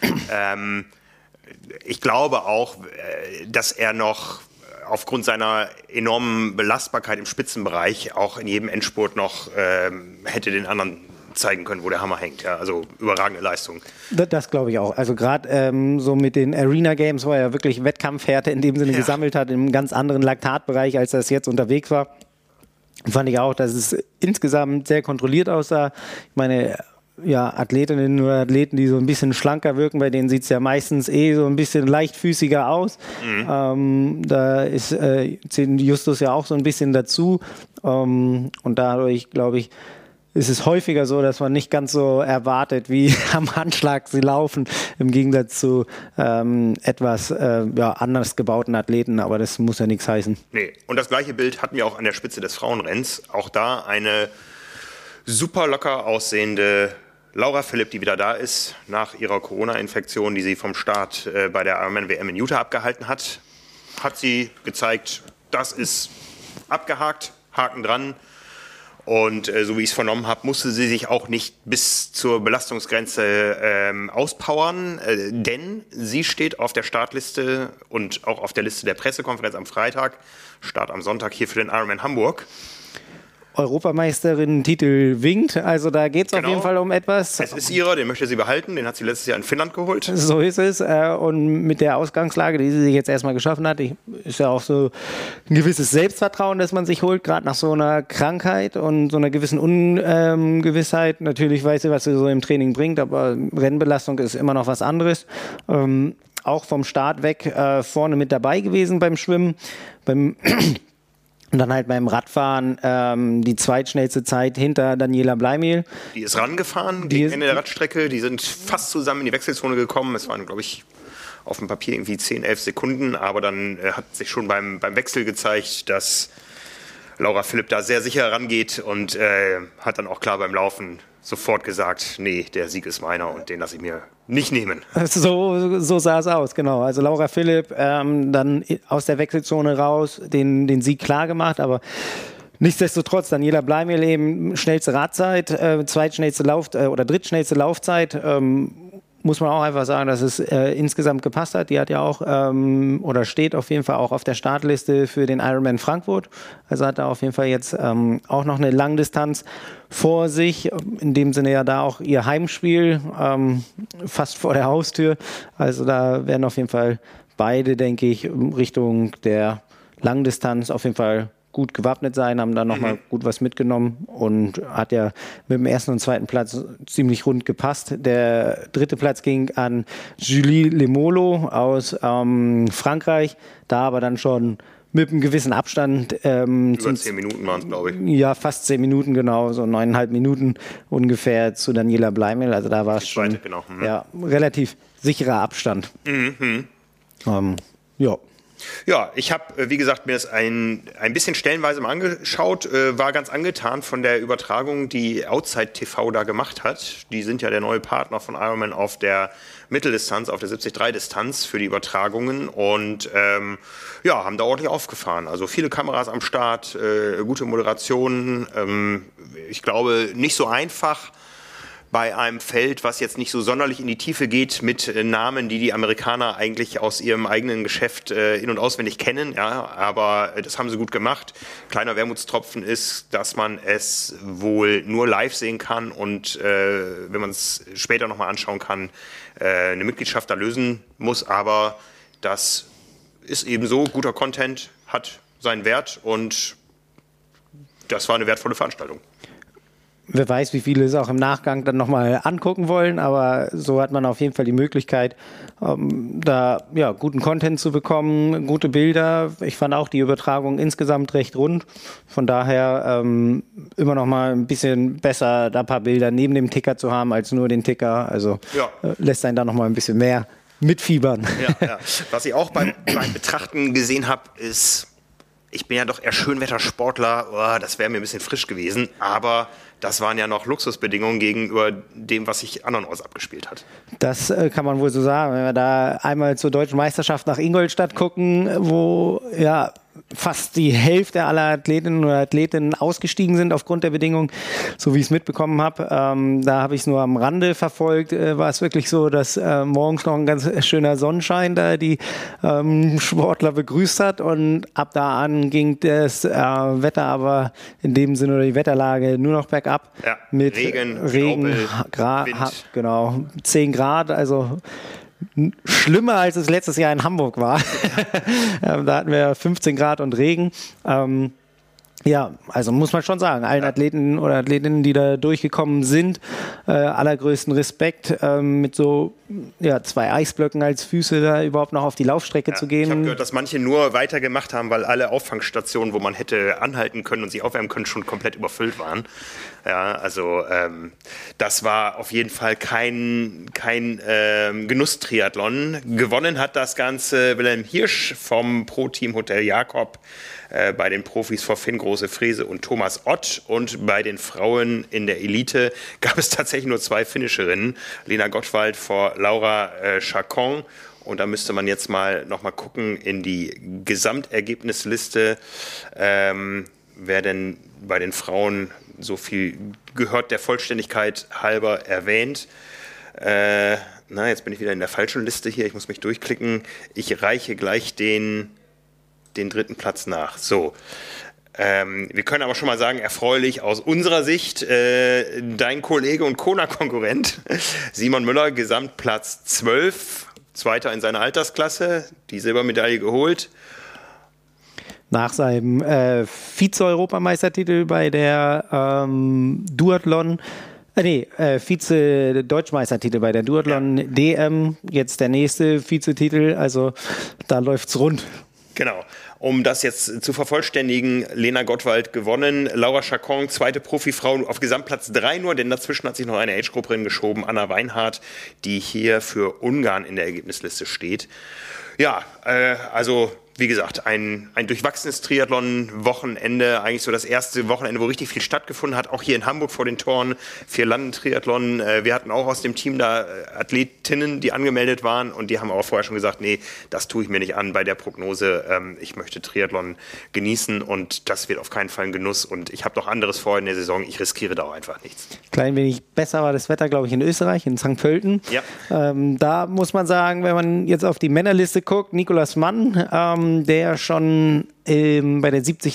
Ich glaube auch, dass er noch aufgrund seiner enormen Belastbarkeit im Spitzenbereich auch in jedem Endspurt noch hätte den anderen zeigen können, wo der Hammer hängt. Ja, also überragende Leistung. Das glaube ich auch. Also gerade so mit den Arena Games, wo er ja wirklich Wettkampfhärte in dem Sinne gesammelt hat, in einem ganz anderen Laktatbereich, als das jetzt unterwegs war, fand ich auch, dass es insgesamt sehr kontrolliert aussah. Ich meine, Athletinnen oder Athleten, die so ein bisschen schlanker wirken, bei denen sieht es ja meistens so ein bisschen leichtfüßiger aus. Da zählt Justus ja auch so ein bisschen dazu. Und dadurch, glaube ich, ist es häufiger so, dass man nicht ganz so erwartet, wie am Handschlag sie laufen, im Gegensatz zu etwas anders gebauten Athleten, aber das muss ja nichts heißen. Nee, und das gleiche Bild hatten wir auch an der Spitze des Frauenrenns. Auch da eine super locker aussehende Laura Philipp, die wieder da ist, nach ihrer Corona-Infektion, die sie vom Start bei der Ironman-WM in Utah abgehalten hat, hat sie gezeigt, das ist abgehakt, Haken dran. Und so wie ich es vernommen habe, musste sie sich auch nicht bis zur Belastungsgrenze auspowern, denn sie steht auf der Startliste und auch auf der Liste der Pressekonferenz am Freitag, Start am Sonntag hier für den Ironman Hamburg. Europameisterin-Titel winkt. Also da geht es auf jeden Fall um etwas. Es ist ihrer, den möchte sie behalten. Den hat sie letztes Jahr in Finnland geholt. So ist es. Und mit der Ausgangslage, die sie sich jetzt erstmal geschaffen hat, ist ja auch so ein gewisses Selbstvertrauen, das man sich holt, gerade nach so einer Krankheit und so einer gewissen Ungewissheit. Natürlich weiß sie, was sie so im Training bringt, aber Rennbelastung ist immer noch was anderes. Auch vom Start weg vorne mit dabei gewesen beim Schwimmen. Und dann halt beim Radfahren die zweitschnellste Zeit hinter Daniela Bleimel. Die ist rangefahren gegen Ende der Radstrecke. Die sind fast zusammen in die Wechselzone gekommen. Es waren, glaube ich, auf dem Papier irgendwie 10, 11 Sekunden. Aber dann hat sich schon beim Wechsel gezeigt, dass Laura Philipp da sehr sicher rangeht und hat dann auch klar beim Laufen sofort gesagt, nee, der Sieg ist meiner und den lasse ich mir nicht nehmen. So sah es aus, genau. Also Laura Philipp dann aus der Wechselzone raus, den Sieg klar gemacht, aber nichtsdestotrotz, Daniela Bleimel eben schnellste Radzeit, zweitschnellste oder drittschnellste Laufzeit. Muss man auch einfach sagen, dass es insgesamt gepasst hat. Die hat ja auch oder steht auf jeden Fall auch auf der Startliste für den Ironman Frankfurt. Also hat da auf jeden Fall jetzt auch noch eine Langdistanz vor sich. In dem Sinne ja da auch ihr Heimspiel fast vor der Haustür. Also da werden auf jeden Fall beide, denke ich, Richtung der Langdistanz auf jeden Fall gut gewappnet sein, haben da nochmal gut was mitgenommen und hat ja mit dem ersten und zweiten Platz ziemlich rund gepasst. Der dritte Platz ging an Julie Lemolo aus Frankreich, da aber dann schon mit einem gewissen Abstand. Über 10 Minuten waren es, glaube ich. Ja, fast 10 Minuten, genau, so 9,5 Minuten ungefähr zu Daniela Bleimel. Also da war es schon genau. Ja, relativ sicherer Abstand. Ja. Ja, ich habe, wie gesagt, mir das ein bisschen stellenweise mal angeschaut, war ganz angetan von der Übertragung, die Outside TV da gemacht hat. Die sind ja der neue Partner von Ironman auf der Mitteldistanz, auf der 73-Distanz für die Übertragungen und haben da ordentlich aufgefahren. Also viele Kameras am Start, gute Moderation. Ich glaube, nicht so einfach bei einem Feld, was jetzt nicht so sonderlich in die Tiefe geht, mit Namen, die Amerikaner eigentlich aus ihrem eigenen Geschäft in- und auswendig kennen. Ja, aber das haben sie gut gemacht. Kleiner Wermutstropfen ist, dass man es wohl nur live sehen kann und wenn man es später nochmal anschauen kann, eine Mitgliedschaft da lösen muss. Aber das ist eben so, guter Content hat seinen Wert und das war eine wertvolle Veranstaltung. Wer weiß, wie viele es auch im Nachgang dann nochmal angucken wollen, aber so hat man auf jeden Fall die Möglichkeit, da guten Content zu bekommen, gute Bilder. Ich fand auch die Übertragung insgesamt recht rund. Von daher immer noch mal ein bisschen besser, da ein paar Bilder neben dem Ticker zu haben, als nur den Ticker. Also lässt einen da noch mal ein bisschen mehr mitfiebern. Ja. Was ich auch beim Betrachten gesehen habe, ist, ich bin ja doch eher Schönwettersportler, das wäre mir ein bisschen frisch gewesen, aber das waren ja noch Luxusbedingungen gegenüber dem, was sich andernorts abgespielt hat. Das kann man wohl so sagen. Wenn wir da einmal zur Deutschen Meisterschaft nach Ingolstadt gucken, wo fast die Hälfte aller Athletinnen oder Athletinnen ausgestiegen sind aufgrund der Bedingungen, so wie ich es mitbekommen habe. Da habe ich es nur am Rande verfolgt. War es wirklich so, dass morgens noch ein ganz schöner Sonnenschein da die Sportler begrüßt hat und ab da an ging das Wetter aber in dem Sinne oder die Wetterlage nur noch bergab. Ja, mit Regen, Wind. Genau, 10 Grad, also schlimmer, als es letztes Jahr in Hamburg war. Da hatten wir 15 Grad und Regen. Also muss man schon sagen, allen Athleten oder Athletinnen, die da durchgekommen sind, allergrößten Respekt, mit so 2 Eisblöcken als Füße da überhaupt noch auf die Laufstrecke zu gehen. Ich habe gehört, dass manche nur weitergemacht haben, weil alle Auffangstationen, wo man hätte anhalten können und sich aufwärmen können, schon komplett überfüllt waren. Ja, also das war auf jeden Fall kein Genusstriathlon. Gewonnen hat das Ganze Wilhelm Hirsch vom Pro-Team Hotel Jakob, bei den Profis vor Finn Große-Frese und Thomas Ott, und bei den Frauen in der Elite gab es tatsächlich nur 2 Finisherinnen, Lena Gottwald vor Laura Chacon. Und da müsste man jetzt noch mal gucken in die Gesamtergebnisliste, wer denn bei den Frauen so viel gehört der Vollständigkeit halber erwähnt. Jetzt bin ich wieder in der falschen Liste hier, ich muss mich durchklicken. Ich reiche gleich den 3. Platz nach. So, Wir können aber schon mal sagen, erfreulich aus unserer Sicht, dein Kollege und Kona-Konkurrent Simon Müller, Gesamtplatz 12, Zweiter in seiner Altersklasse, die Silbermedaille geholt. Nach seinem Vize-Europameistertitel bei der Duathlon, Vize-Deutschmeistertitel bei der Duathlon-DM, jetzt der nächste Vizetitel, also da läuft's rund. Genau. Um das jetzt zu vervollständigen, Lena Gottwald gewonnen, Laura Chacon, zweite Profifrau auf Gesamtplatz 3 nur, denn dazwischen hat sich noch eine Age-Grupperin geschoben, Anna Weinhardt, die hier für Ungarn in der Ergebnisliste steht. Ja, also wie gesagt, ein durchwachsenes Triathlon-Wochenende, eigentlich so das erste Wochenende, wo richtig viel stattgefunden hat, auch hier in Hamburg vor den Toren, 4-Landen-Triathlon. Wir hatten auch aus dem Team da Athletinnen, die angemeldet waren und die haben auch vorher schon gesagt, nee, das tue ich mir nicht an bei der Prognose. Ich möchte Triathlon genießen und das wird auf keinen Fall ein Genuss und ich habe doch anderes vor in der Saison, ich riskiere da auch einfach nichts. Klein wenig besser war das Wetter, glaube ich, in Österreich, in St. Pölten. Ja. Da muss man sagen, wenn man jetzt auf die Männerliste guckt, Nicolas Mann, der schon bei der 73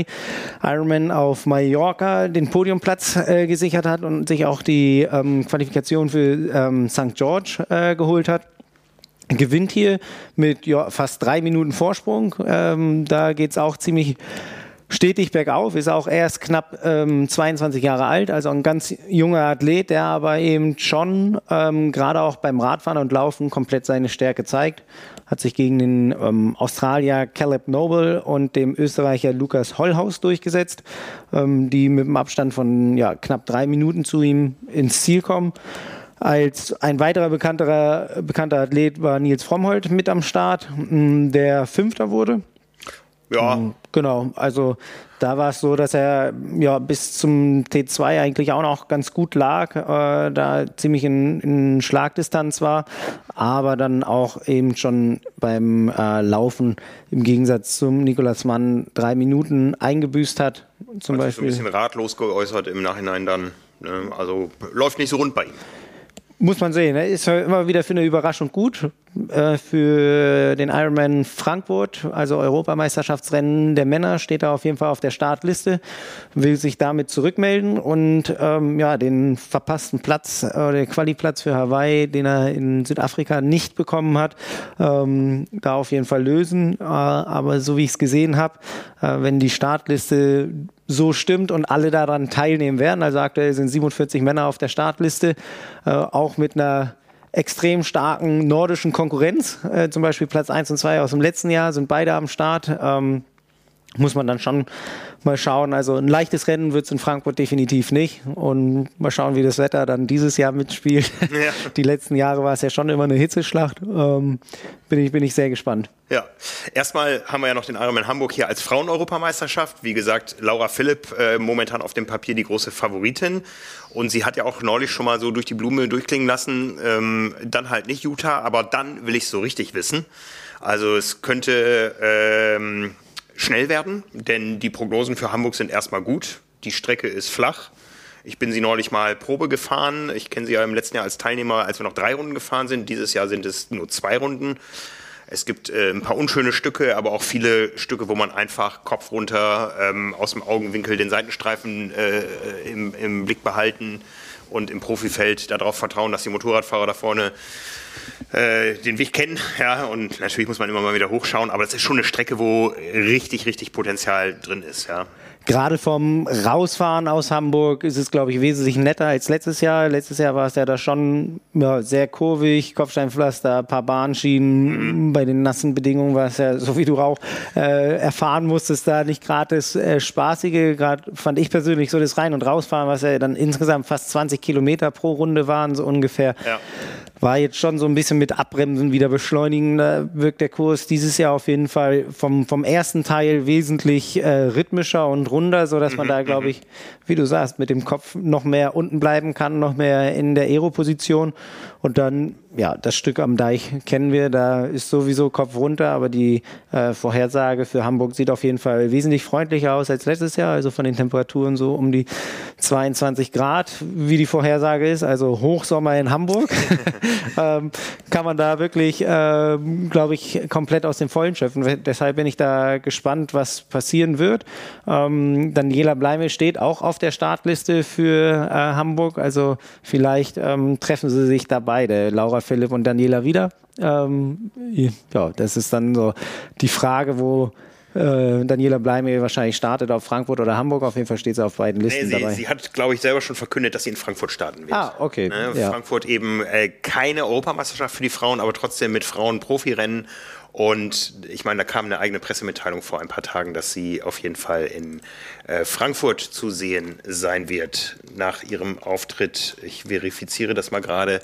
Ironman auf Mallorca den Podiumplatz gesichert hat und sich auch die Qualifikation für St. George geholt hat. Gewinnt hier mit fast 3 Minuten Vorsprung. Da geht es auch ziemlich stetig bergauf, ist auch erst knapp 22 Jahre alt, also ein ganz junger Athlet, der aber eben schon gerade auch beim Radfahren und Laufen komplett seine Stärke zeigt. Hat sich gegen den Australier Caleb Noble und dem Österreicher Lukas Hollhaus durchgesetzt, die mit einem Abstand von knapp 3 Minuten zu ihm ins Ziel kommen. Als ein weiterer bekannter Athlet war Nils Frommholt mit am Start, der Fünfter wurde. Ja. Genau, also da war es so, dass er bis zum T2 eigentlich auch noch ganz gut lag, da ziemlich in Schlagdistanz war, aber dann auch eben schon beim Laufen im Gegensatz zum Nicolas Mann 3 Minuten eingebüßt hat. Zum Beispiel. So ein bisschen ratlos geäußert im Nachhinein dann, ne? Also läuft nicht so rund bei ihm. Muss man sehen, ne? Ist immer wieder für eine Überraschung gut. Für den Ironman Frankfurt, also Europameisterschaftsrennen der Männer, steht er auf jeden Fall auf der Startliste, will sich damit zurückmelden und den verpassten Platz, den Quali-Platz für Hawaii, den er in Südafrika nicht bekommen hat, da auf jeden Fall lösen. Aber so wie ich es gesehen habe, wenn die Startliste so stimmt und alle daran teilnehmen werden, also aktuell sind 47 Männer auf der Startliste, auch mit einer extrem starken nordischen Konkurrenz, zum Beispiel Platz 1 und 2 aus dem letzten Jahr, sind beide am Start. Muss man dann schon mal schauen. Also ein leichtes Rennen wird es in Frankfurt definitiv nicht. Und mal schauen, wie das Wetter dann dieses Jahr mitspielt. Ja. Die letzten Jahre war es ja schon immer eine Hitzeschlacht. Bin ich sehr gespannt. Ja, erstmal haben wir ja noch den Ironman Hamburg hier als Frauen-Europameisterschaft. Wie gesagt, Laura Philipp momentan auf dem Papier die große Favoritin. Und sie hat ja auch neulich schon mal so durch die Blume durchklingen lassen, dann halt nicht Utah, aber dann will ich es so richtig wissen. Also es könnte schnell werden, denn die Prognosen für Hamburg sind erstmal gut. Die Strecke ist flach. Ich bin sie neulich mal Probe gefahren. Ich kenne sie ja im letzten Jahr als Teilnehmer, als wir noch 3 Runden gefahren sind. Dieses Jahr sind es nur 2 Runden. Es gibt ein paar unschöne Stücke, aber auch viele Stücke, wo man einfach Kopf runter aus dem Augenwinkel den Seitenstreifen im Blick behalten und im Profifeld darauf vertrauen, dass die Motorradfahrer da vorne den Weg kennen. Ja, und natürlich muss man immer mal wieder hochschauen, aber das ist schon eine Strecke, wo richtig, richtig Potenzial drin ist. Ja. Gerade vom Rausfahren aus Hamburg ist es, glaube ich, wesentlich netter als letztes Jahr. Letztes Jahr war es ja da schon sehr kurvig, Kopfsteinpflaster, ein paar Bahnschienen. Bei den nassen Bedingungen war es ja, so wie du auch erfahren musstest, da nicht gerade das Spaßige. Gerade fand ich persönlich so das Rein- und Rausfahren, was ja dann insgesamt fast 20 Kilometer pro Runde waren, so ungefähr. Ja. War jetzt schon so ein bisschen mit Abbremsen wieder beschleunigen. Da wirkt der Kurs dieses Jahr auf jeden Fall vom ersten Teil wesentlich rhythmischer und runder, sodass man da, glaube ich, wie du sagst, mit dem Kopf noch mehr unten bleiben kann, noch mehr in der Aero-Position. Und dann ja, das Stück am Deich kennen wir, da ist sowieso Kopf runter, aber die Vorhersage für Hamburg sieht auf jeden Fall wesentlich freundlicher aus als letztes Jahr, also von den Temperaturen so um die 22 Grad, wie die Vorhersage ist, also Hochsommer in Hamburg. Kann man da wirklich, glaube ich, komplett aus dem Vollen schöpfen. Deshalb bin ich da gespannt, was passieren wird. Daniela Bleime steht auch auf der Startliste für Hamburg, also vielleicht treffen sie sich da beide, Laura Philipp und Daniela wieder. Ja, das ist dann so die Frage, wo Daniela Bleime wahrscheinlich startet, auf Frankfurt oder Hamburg. Auf jeden Fall steht sie auf beiden Listen dabei. Sie hat, glaube ich, selber schon verkündet, dass sie in Frankfurt starten wird. Ah, okay. Ja. Frankfurt eben keine Europameisterschaft für die Frauen, aber trotzdem mit Frauen-Profirennen. Und ich meine, da kam eine eigene Pressemitteilung vor ein paar Tagen, dass sie auf jeden Fall in Frankfurt zu sehen sein wird nach ihrem Auftritt. Ich verifiziere das mal gerade.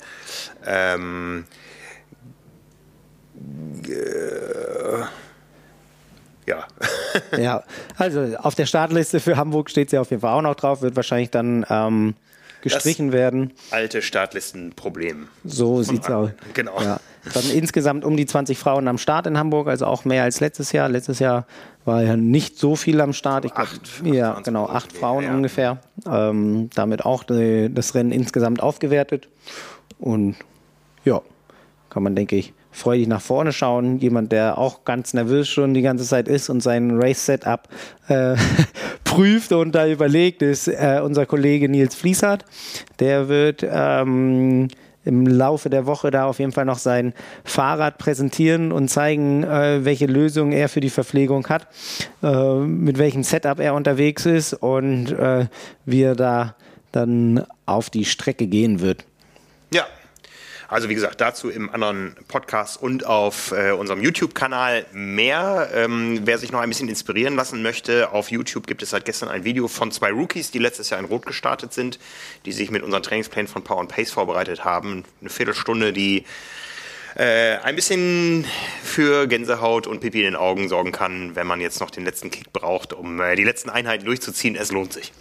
Ja. Ja, also auf der Startliste für Hamburg steht sie auf jeden Fall auch noch drauf, wird wahrscheinlich dann gestrichen werden. Alte Startlistenproblem. So sieht's aus. Genau. Ja. Dann insgesamt um die 20 Frauen am Start in Hamburg, also auch mehr als letztes Jahr. Letztes Jahr war ja nicht so viel am Start. Ich glaube, ja, genau, 8 Frauen ungefähr. Damit auch das Rennen insgesamt aufgewertet. Und ja, kann man, denke ich, freudig nach vorne schauen. Jemand, der auch ganz nervös schon die ganze Zeit ist und sein Race-Setup prüft und da überlegt, ist unser Kollege Nils Fließhardt. Der wird im Laufe der Woche da auf jeden Fall noch sein Fahrrad präsentieren und zeigen, welche Lösungen er für die Verpflegung hat, mit welchem Setup er unterwegs ist und wie er da dann auf die Strecke gehen wird. Ja. Also wie gesagt, dazu im anderen Podcast und auf unserem YouTube-Kanal mehr. Wer sich noch ein bisschen inspirieren lassen möchte, auf YouTube gibt es seit gestern ein Video von 2 Rookies, die letztes Jahr in Rot gestartet sind, die sich mit unseren Trainingsplänen von Power & Pace vorbereitet haben. Eine Viertelstunde, die ein bisschen für Gänsehaut und Pipi in den Augen sorgen kann, wenn man jetzt noch den letzten Kick braucht, um die letzten Einheiten durchzuziehen. Es lohnt sich.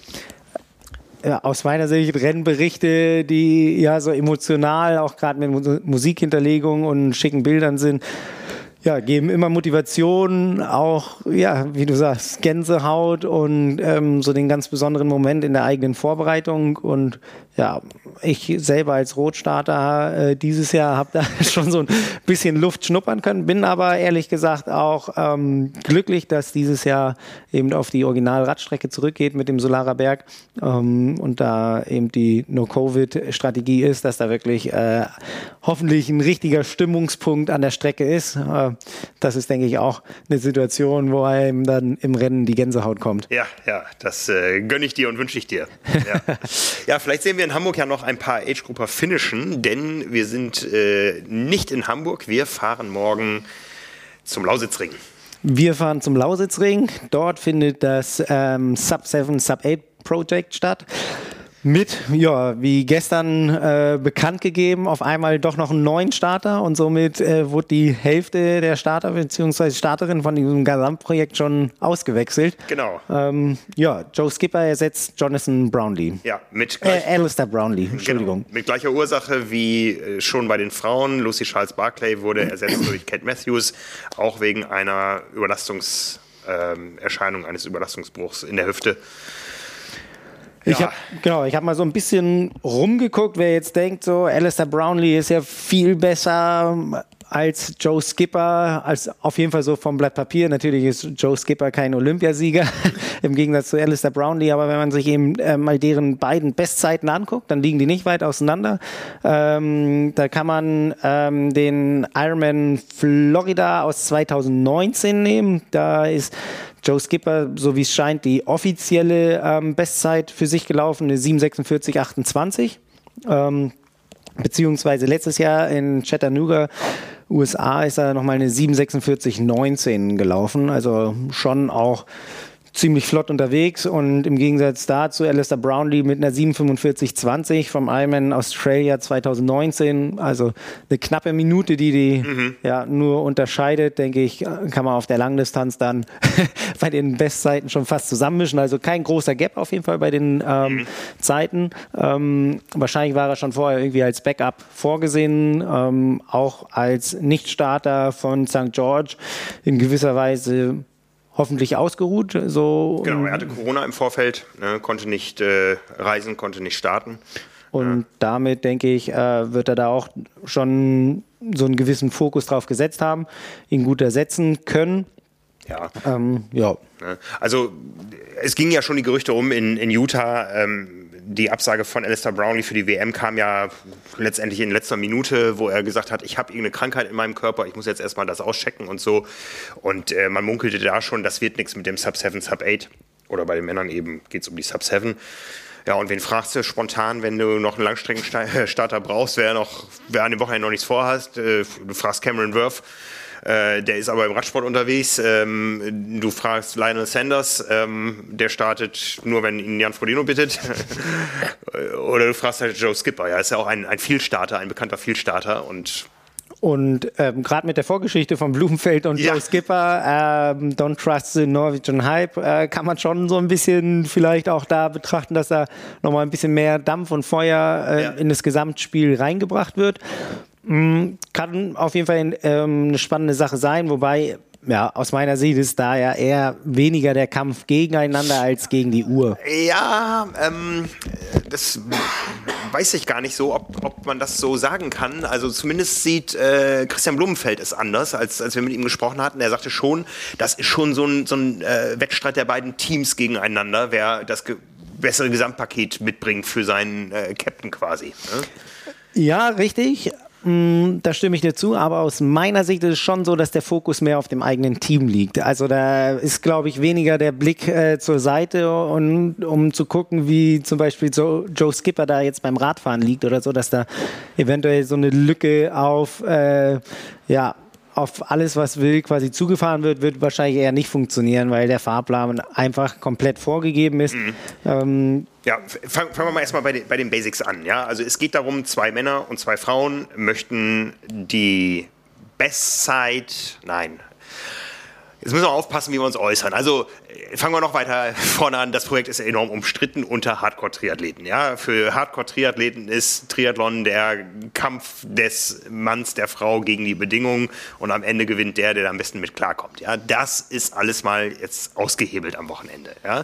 Ja, aus meiner Sicht Rennberichte, die ja so emotional, auch gerade mit Musikhinterlegung und schicken Bildern sind, ja, geben immer Motivation, auch, ja, wie du sagst, Gänsehaut und so den ganz besonderen Moment in der eigenen Vorbereitung. Und ja, ich selber als Rotstarter dieses Jahr habe da schon so ein bisschen Luft schnuppern können, bin aber ehrlich gesagt auch glücklich, dass dieses Jahr eben auf die Original-Radstrecke zurückgeht mit dem Solarer Berg und da eben die No-Covid-Strategie ist, dass da wirklich hoffentlich ein richtiger Stimmungspunkt an der Strecke ist. Das ist, denke ich, auch eine Situation, wo einem dann im Rennen die Gänsehaut kommt. Ja, das gönne ich dir und wünsche ich dir. Ja. Ja, vielleicht sehen wir in Hamburg ja noch ein paar Age-Grupper finishen, denn wir sind nicht in Hamburg. Wir fahren morgen zum Lausitzring. Wir fahren zum Lausitzring. Dort findet das Sub-7, Sub-8 Project statt. Mit, ja, wie gestern bekannt gegeben, auf einmal doch noch einen neuen Starter und somit wurde die Hälfte der Starter bzw. Starterin von diesem Gesamtprojekt schon ausgewechselt. Genau. Ja, Joe Skipper ersetzt Jonathan Brownlee. Ja, mit Alistair Brownlee, Entschuldigung. Genau, mit gleicher Ursache wie schon bei den Frauen. Lucy Charles Barclay wurde ersetzt durch Kate Matthews, auch wegen einer Erscheinung eines Überlastungsbruchs in der Hüfte. Ja. Ich habe mal so ein bisschen rumgeguckt, wer jetzt denkt, so Alistair Brownlee ist ja viel besser als Joe Skipper, als auf jeden Fall so vom Blatt Papier. Natürlich ist Joe Skipper kein Olympiasieger im Gegensatz zu Alistair Brownlee, aber wenn man sich eben mal deren beiden Bestzeiten anguckt, dann liegen die nicht weit auseinander. Da kann man den Ironman Florida aus 2019 nehmen. Da ist Joe Skipper, so wie es scheint, die offizielle Bestzeit für sich gelaufen, eine 7:46,28. Beziehungsweise letztes Jahr in Chattanooga, USA, ist er nochmal eine 7:46,19 gelaufen. Also schon auch ziemlich flott unterwegs und im Gegensatz dazu Alistair Brownlee mit einer 7:45,20 vom Ironman Australia 2019, also eine knappe Minute, die ja nur unterscheidet, denke ich, kann man auf der Langdistanz dann bei den Bestzeiten schon fast zusammenmischen, also kein großer Gap auf jeden Fall bei den Zeiten. Wahrscheinlich war er schon vorher irgendwie als Backup vorgesehen, auch als Nichtstarter von St. George in gewisser Weise hoffentlich ausgeruht. So. Genau, er hatte Corona im Vorfeld, ne, konnte nicht reisen, konnte nicht starten. Und damit, denke ich, wird er da auch schon so einen gewissen Fokus drauf gesetzt haben, ihn gut ersetzen können. Ja. Ja. Also es gingen ja schon die Gerüchte rum in Utah. Die Absage von Alistair Brownlee für die WM kam ja letztendlich in letzter Minute, wo er gesagt hat, ich habe irgendeine Krankheit in meinem Körper, ich muss jetzt erstmal das auschecken und so. Und man munkelte da schon, das wird nichts mit dem Sub-7, Sub-8. Oder bei den Männern eben geht es um die Sub-7. Ja, und wen fragst du spontan, wenn du noch einen Langstreckenstarter brauchst, wer an dem Wochenende noch nichts vorhast? Du fragst Cameron Wurf. Der ist aber im Radsport unterwegs. Du fragst Lionel Sanders, der startet nur, wenn ihn Jan Frodeno bittet. Oder du fragst halt Joe Skipper. Ja, ist ja auch ein Vielstarter, ein bekannter Vielstarter. Und gerade mit der Vorgeschichte von Blumenfeld und Joe Skipper, Don't Trust the Norwegian Hype, kann man schon so ein bisschen vielleicht auch da betrachten, dass da nochmal ein bisschen mehr Dampf und Feuer in das Gesamtspiel reingebracht wird. Kann auf jeden Fall eine spannende Sache sein, wobei ja, aus meiner Sicht ist da ja eher weniger der Kampf gegeneinander als gegen die Uhr. Ja, das weiß ich gar nicht so, ob man das so sagen kann. Also zumindest sieht Christian Blumenfeld es anders, als wir mit ihm gesprochen hatten. Er sagte schon, das ist schon so ein Wettstreit der beiden Teams gegeneinander, wer das bessere Gesamtpaket mitbringt für seinen Captain quasi. Ne? Ja, richtig. Da stimme ich dir zu, aber aus meiner Sicht ist es schon so, dass der Fokus mehr auf dem eigenen Team liegt. Also da ist, glaube ich, weniger der Blick zur Seite, und um zu gucken, wie zum Beispiel Joe Skipper da jetzt beim Radfahren liegt oder so, dass da eventuell so eine Lücke auf alles, was will, quasi zugefahren wird wahrscheinlich eher nicht funktionieren, weil der Fahrplan einfach komplett vorgegeben ist. Fangen wir mal erstmal bei den Basics an. Ja? Also es geht darum, 2 Männer und 2 Frauen möchten die Bestzeit, jetzt müssen wir aufpassen, wie wir uns äußern. Also fangen wir noch weiter vorne an. Das Projekt ist enorm umstritten unter Hardcore-Triathleten. Ja? Für Hardcore-Triathleten ist Triathlon der Kampf des Manns, der Frau gegen die Bedingungen, und am Ende gewinnt der am besten mit klarkommt. Ja? Das ist alles mal jetzt ausgehebelt am Wochenende. Ja?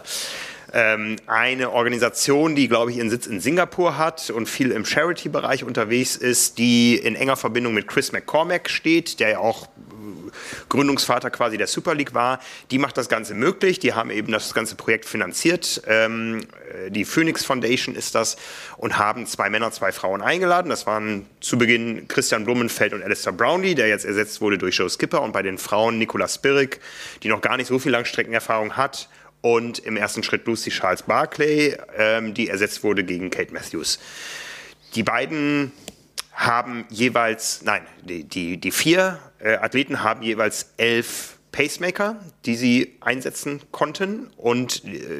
Eine Organisation, die, glaube ich, ihren Sitz in Singapur hat und viel im Charity-Bereich unterwegs ist, die in enger Verbindung mit Chris McCormack steht, der ja auch Gründungsvater quasi der Super League war, die macht das Ganze möglich. Die haben eben das ganze Projekt finanziert. Die Phoenix Foundation ist das, und haben 2 Männer, 2 Frauen eingeladen. Das waren zu Beginn Christian Blumenfeld und Alistair Brownlee, der jetzt ersetzt wurde durch Joe Skipper, und bei den Frauen Nicola Spirik, die noch gar nicht so viel Langstreckenerfahrung hat, und im ersten Schritt Lucy Charles Barclay, die ersetzt wurde gegen Kate Matthews. Die beiden haben jeweils, die 4 Athleten haben jeweils 11 Pacemaker, die sie einsetzen konnten, und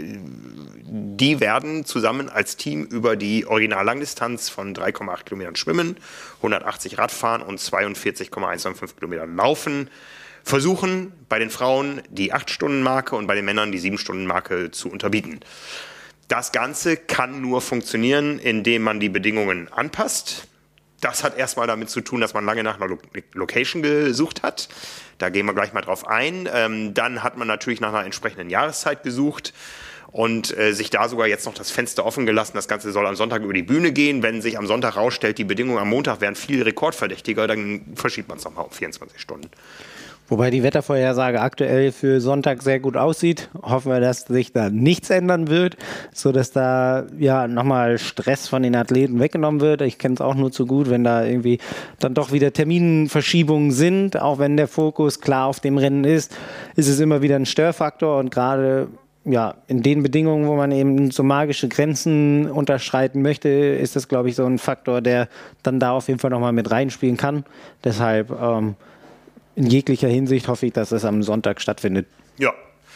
die werden zusammen als Team über die Original-Langdistanz von 3,8 Kilometern schwimmen, 180 Radfahren und 42,195 Kilometern laufen, versuchen bei den Frauen die 8-Stunden-Marke und bei den Männern die 7-Stunden-Marke zu unterbieten. Das Ganze kann nur funktionieren, indem man die Bedingungen anpasst. Das hat erstmal damit zu tun, dass man lange nach einer Location gesucht hat. Da gehen wir gleich mal drauf ein. Dann hat man natürlich nach einer entsprechenden Jahreszeit gesucht und sich da sogar jetzt noch das Fenster offen gelassen. Das Ganze soll am Sonntag über die Bühne gehen. Wenn sich am Sonntag rausstellt, die Bedingungen am Montag wären viel rekordverdächtiger, dann verschiebt man es nochmal um 24 Stunden. Wobei die Wettervorhersage aktuell für Sonntag sehr gut aussieht. Hoffen wir, dass sich da nichts ändern wird, sodass da ja nochmal Stress von den Athleten weggenommen wird. Ich kenne es auch nur zu gut, wenn da irgendwie dann doch wieder Terminverschiebungen sind. Auch wenn der Fokus klar auf dem Rennen ist es immer wieder ein Störfaktor. Und gerade in den Bedingungen, wo man eben so magische Grenzen unterschreiten möchte, ist das, glaube ich, so ein Faktor, der dann da auf jeden Fall nochmal mit reinspielen kann. Deshalb in jeglicher Hinsicht hoffe ich, dass es am Sonntag stattfindet. Ja.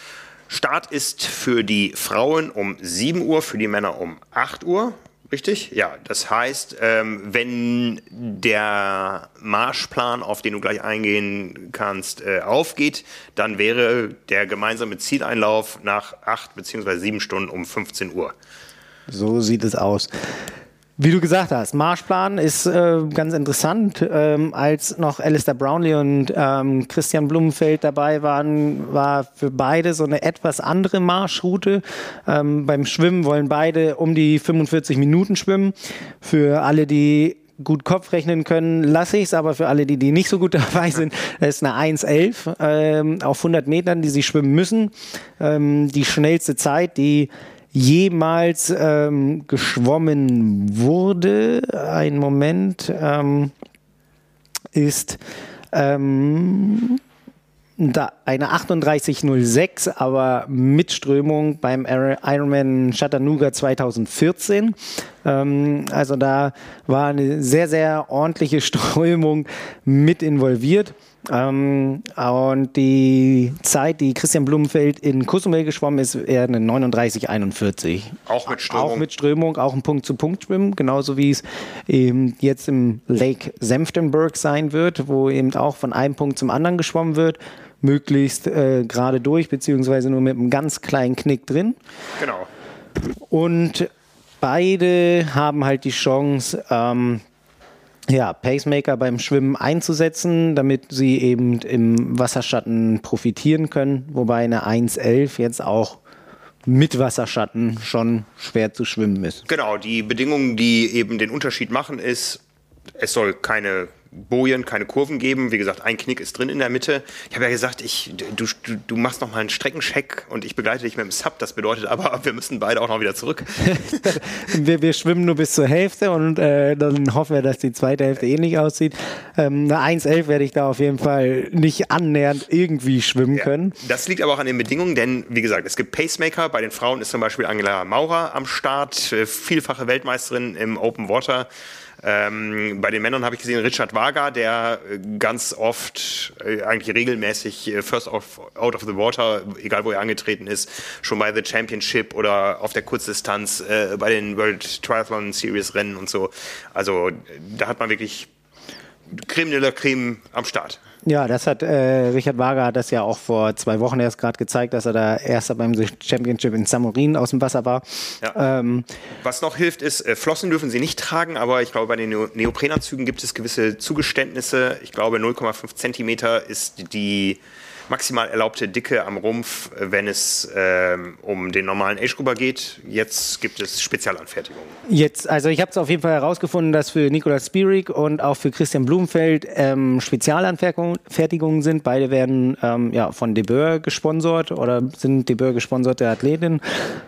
Start ist für die Frauen um 7 Uhr, für die Männer um 8 Uhr. Richtig? Ja, das heißt, wenn der Marschplan, auf den du gleich eingehen kannst, aufgeht, dann wäre der gemeinsame Zieleinlauf nach 8 bzw. 7 Stunden um 15 Uhr. So sieht es aus. Wie du gesagt hast, Marschplan ist ganz interessant. Als noch Alistair Brownlee und Christian Blumenfeld dabei waren, war für beide so eine etwas andere Marschroute. Beim Schwimmen wollen beide um die 45 Minuten schwimmen. Für alle, die gut Kopf rechnen können, lasse ich es, aber für alle, die nicht so gut dabei sind, ist eine 1,11 auf 100 Metern, die sie schwimmen müssen. Die schnellste Zeit, die jemals geschwommen wurde, ein Moment, ist da eine 38,06, aber mit Strömung beim Ironman Chattanooga 2014. Also da war eine sehr, sehr ordentliche Strömung mit involviert. Und die Zeit, die Christian Blumenfeld in Cozumel geschwommen ist, eher eine 39,41. Auch mit Strömung? Auch mit Strömung, auch ein Punkt-zu-Punkt-Schwimmen, genauso wie es eben jetzt im Lake Senftenberg sein wird, wo eben auch von einem Punkt zum anderen geschwommen wird, möglichst gerade durch, beziehungsweise nur mit einem ganz kleinen Knick drin. Genau. Und beide haben halt die Chance, Pacemaker beim Schwimmen einzusetzen, damit sie eben im Wasserschatten profitieren können, wobei eine 1,11 jetzt auch mit Wasserschatten schon schwer zu schwimmen ist. Genau, die Bedingungen, die eben den Unterschied machen, ist, es soll keine Bojen, keine Kurven geben. Wie gesagt, ein Knick ist drin in der Mitte. Ich habe ja gesagt, du machst noch mal einen Streckencheck und ich begleite dich mit dem Sub. Das bedeutet aber, wir müssen beide auch noch wieder zurück. wir schwimmen nur bis zur Hälfte und dann hoffen wir, dass die zweite Hälfte ähnlich aussieht. Eine 1,11 werde ich da auf jeden Fall nicht annähernd irgendwie schwimmen können. Das liegt aber auch an den Bedingungen, denn wie gesagt, es gibt Pacemaker. Bei den Frauen ist zum Beispiel Angela Maurer am Start, vielfache Weltmeisterin im Open Water. Bei den Männern habe ich gesehen Richard Wager, der ganz oft, eigentlich regelmäßig first out of the water, egal wo er angetreten ist, schon bei The Championship oder auf der Kurzdistanz bei den World Triathlon Series Rennen und so. Also da hat man wirklich Creme de la Creme am Start. Ja, das hat Richard Wager hat das ja auch vor 2 Wochen erst gerade gezeigt, dass er da Erster beim Championship in Samorin aus dem Wasser war. Ja. Was noch hilft ist, Flossen dürfen sie nicht tragen, aber ich glaube, bei den Neoprenanzügen gibt es gewisse Zugeständnisse. Ich glaube, 0,5 Zentimeter ist die maximal erlaubte Dicke am Rumpf, wenn es um den normalen Age-Gruber geht. Jetzt gibt es Spezialanfertigungen. Also ich habe es auf jeden Fall herausgefunden, dass für Nicolas Spirig und auch für Christian Blumenfeld Spezialanfertigungen sind. Beide werden von De Boer gesponsert oder sind De Boer gesponserte Athletin.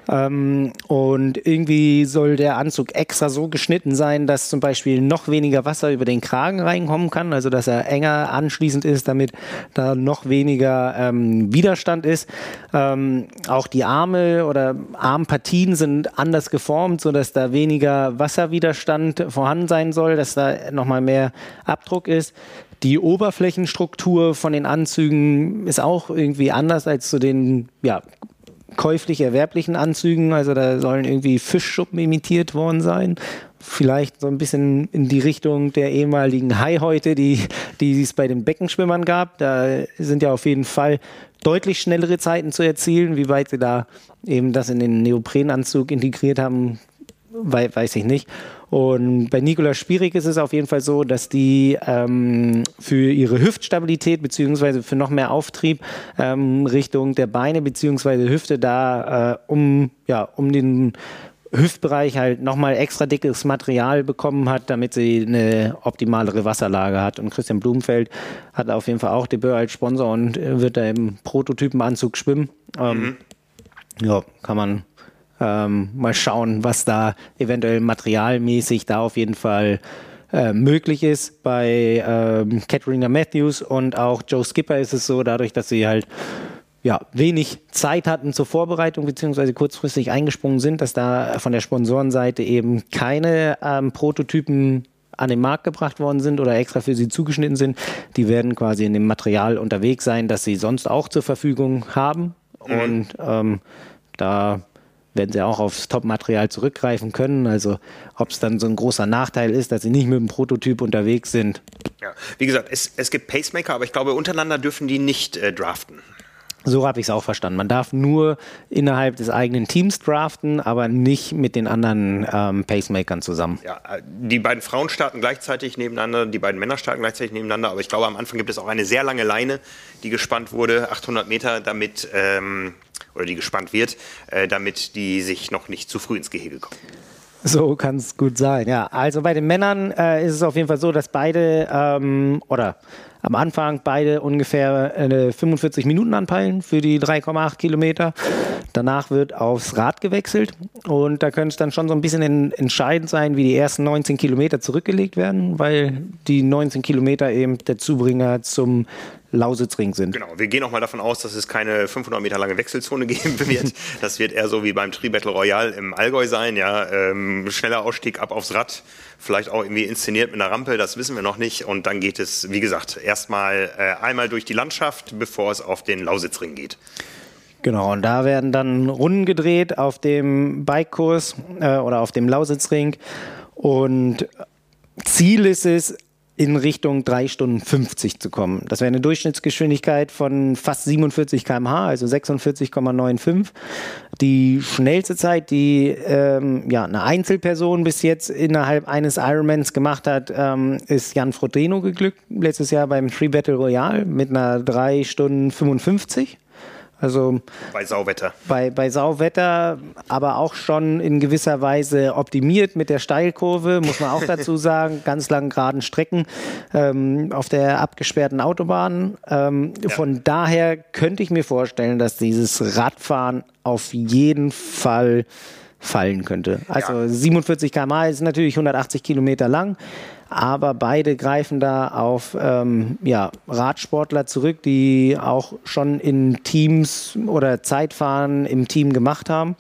Und irgendwie soll der Anzug extra so geschnitten sein, dass zum Beispiel noch weniger Wasser über den Kragen reinkommen kann, also dass er enger anschließend ist, damit da noch weniger Widerstand ist. Auch die Arme oder Armpartien sind anders geformt, sodass da weniger Wasserwiderstand vorhanden sein soll, dass da nochmal mehr Abdruck ist. Die Oberflächenstruktur von den Anzügen ist auch irgendwie anders als zu den käuflich erwerblichen Anzügen. Also da sollen irgendwie Fischschuppen imitiert worden sein. Vielleicht so ein bisschen in die Richtung der ehemaligen Haihäute, die es bei den Beckenschwimmern gab. Da sind ja auf jeden Fall deutlich schnellere Zeiten zu erzielen. Wie weit sie da eben das in den Neoprenanzug integriert haben, weiß ich nicht. Und bei Nicolas Spirig ist es auf jeden Fall so, dass die für ihre Hüftstabilität beziehungsweise für noch mehr Auftrieb Richtung der Beine beziehungsweise Hüfte da um den Hüftbereich halt nochmal extra dickes Material bekommen hat, damit sie eine optimalere Wasserlage hat. Und Christian Blumenfeld hat auf jeden Fall auch De Boer als Sponsor und wird da im Prototypenanzug schwimmen. Kann man mal schauen, was da eventuell materialmäßig da auf jeden Fall möglich ist. Bei Katrina Matthews und auch Joe Skipper ist es so, dadurch, dass sie halt wenig Zeit hatten zur Vorbereitung beziehungsweise kurzfristig eingesprungen sind, dass da von der Sponsorenseite eben keine Prototypen an den Markt gebracht worden sind oder extra für sie zugeschnitten sind. Die werden quasi in dem Material unterwegs sein, das sie sonst auch zur Verfügung haben. Und da werden sie auch aufs Top-Material zurückgreifen können. Also ob es dann so ein großer Nachteil ist, dass sie nicht mit dem Prototyp unterwegs sind. Ja, wie gesagt, es gibt Pacemaker, aber ich glaube, untereinander dürfen die nicht draften. So habe ich es auch verstanden. Man darf nur innerhalb des eigenen Teams draften, aber nicht mit den anderen Pacemakern zusammen. Ja, die beiden Frauen starten gleichzeitig nebeneinander, die beiden Männer starten gleichzeitig nebeneinander, aber ich glaube, am Anfang gibt es auch eine sehr lange Leine, die gespannt wurde, 800 Meter, damit, oder die gespannt wird, damit die sich noch nicht zu früh ins Gehege kommen. So kann es gut sein, ja. Also bei den Männern ist es auf jeden Fall so, dass beide, oder am Anfang beide ungefähr 45 Minuten anpeilen für die 3,8 Kilometer. Danach wird aufs Rad gewechselt und da könnte es dann schon so ein bisschen entscheidend sein, wie die ersten 19 Kilometer zurückgelegt werden, weil die 19 Kilometer eben der Zubringer zum Lausitzring sind. Genau, wir gehen auch mal davon aus, dass es keine 500 Meter lange Wechselzone geben wird. Das wird eher so wie beim Tri-Battle Royale im Allgäu sein. Ja, schneller Ausstieg ab aufs Rad, vielleicht auch irgendwie inszeniert mit einer Rampe, das wissen wir noch nicht. Und dann geht es, wie gesagt, erstmal einmal durch die Landschaft, bevor es auf den Lausitzring geht. Genau, und da werden dann Runden gedreht auf dem Bikekurs oder auf dem Lausitzring. Und Ziel ist es, in Richtung 3 Stunden 50 zu kommen. Das wäre eine Durchschnittsgeschwindigkeit von fast 47 km/h, also 46,95. Die schnellste Zeit, die eine Einzelperson bis jetzt innerhalb eines Ironmans gemacht hat, ist Jan Frodeno geglückt, letztes Jahr beim Tri-Battle Royale mit einer 3 Stunden 55. Also bei Sauwetter. Bei Sauwetter, aber auch schon in gewisser Weise optimiert mit der Steilkurve, muss man auch dazu sagen. Ganz lang geraden Strecken auf der abgesperrten Autobahn. Von daher könnte ich mir vorstellen, dass dieses Radfahren auf jeden Fall fallen könnte. Also 47 km/h ist natürlich 180 Kilometer lang. Aber beide greifen da auf Radsportler zurück, die auch schon in Teams oder Zeitfahren im Team gemacht haben.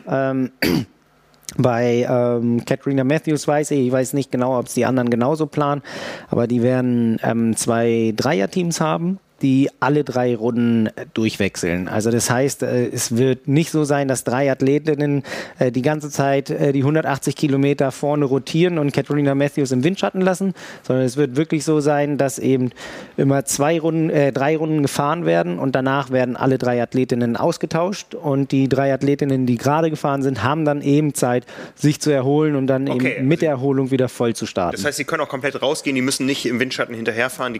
Bei Katrina Matthews ich weiß nicht genau, ob es die anderen genauso planen, aber die werden 2 Dreierteams haben, die alle 3 Runden durchwechseln. Also das heißt, es wird nicht so sein, dass 3 Athletinnen die ganze Zeit die 180 Kilometer vorne rotieren und Katrina Matthews im Windschatten lassen, sondern es wird wirklich so sein, dass eben immer 3 Runden gefahren werden und danach werden alle 3 Athletinnen ausgetauscht und die 3 Athletinnen, die gerade gefahren sind, haben dann eben Zeit, sich zu erholen und dann eben mit der Erholung wieder voll zu starten. Das heißt, sie können auch komplett rausgehen, die müssen nicht im Windschatten hinterherfahren.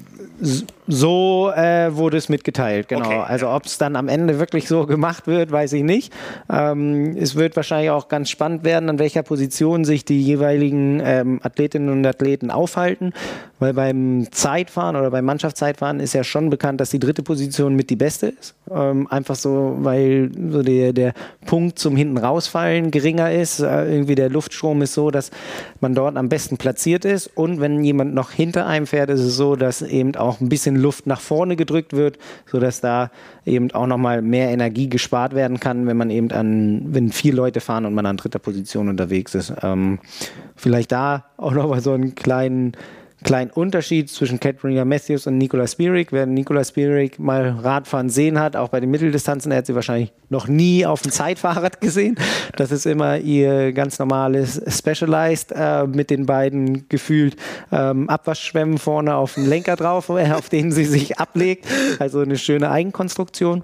So wurde es mitgeteilt, genau. Okay, also ob es dann am Ende wirklich so gemacht wird, weiß ich nicht. Es wird wahrscheinlich auch ganz spannend werden, an welcher Position sich die jeweiligen Athletinnen und Athleten aufhalten, weil beim Zeitfahren oder beim Mannschaftszeitfahren ist ja schon bekannt, dass die 3. Position mit die beste ist. Einfach so, weil so der Punkt zum hinten rausfallen geringer ist. Irgendwie der Luftstrom ist so, dass man dort am besten platziert ist und wenn jemand noch hinter einem fährt, ist es so, dass eben auch ein bisschen Luft nach vorne gedrückt wird, sodass da eben auch nochmal mehr Energie gespart werden kann, wenn man eben wenn 4 Leute fahren und man an 3. Position unterwegs ist. Vielleicht da auch nochmal so einen kleinen Unterschied zwischen Katrina Matthews und Nicola Spirig. Wer Nicola Spirig mal Radfahren sehen hat, auch bei den Mitteldistanzen, er hat sie wahrscheinlich noch nie auf dem Zeitfahrrad gesehen. Das ist immer ihr ganz normales Specialized mit den beiden gefühlt Abwaschschwämmen vorne auf dem Lenker drauf, auf denen sie sich ablegt. Also eine schöne Eigenkonstruktion.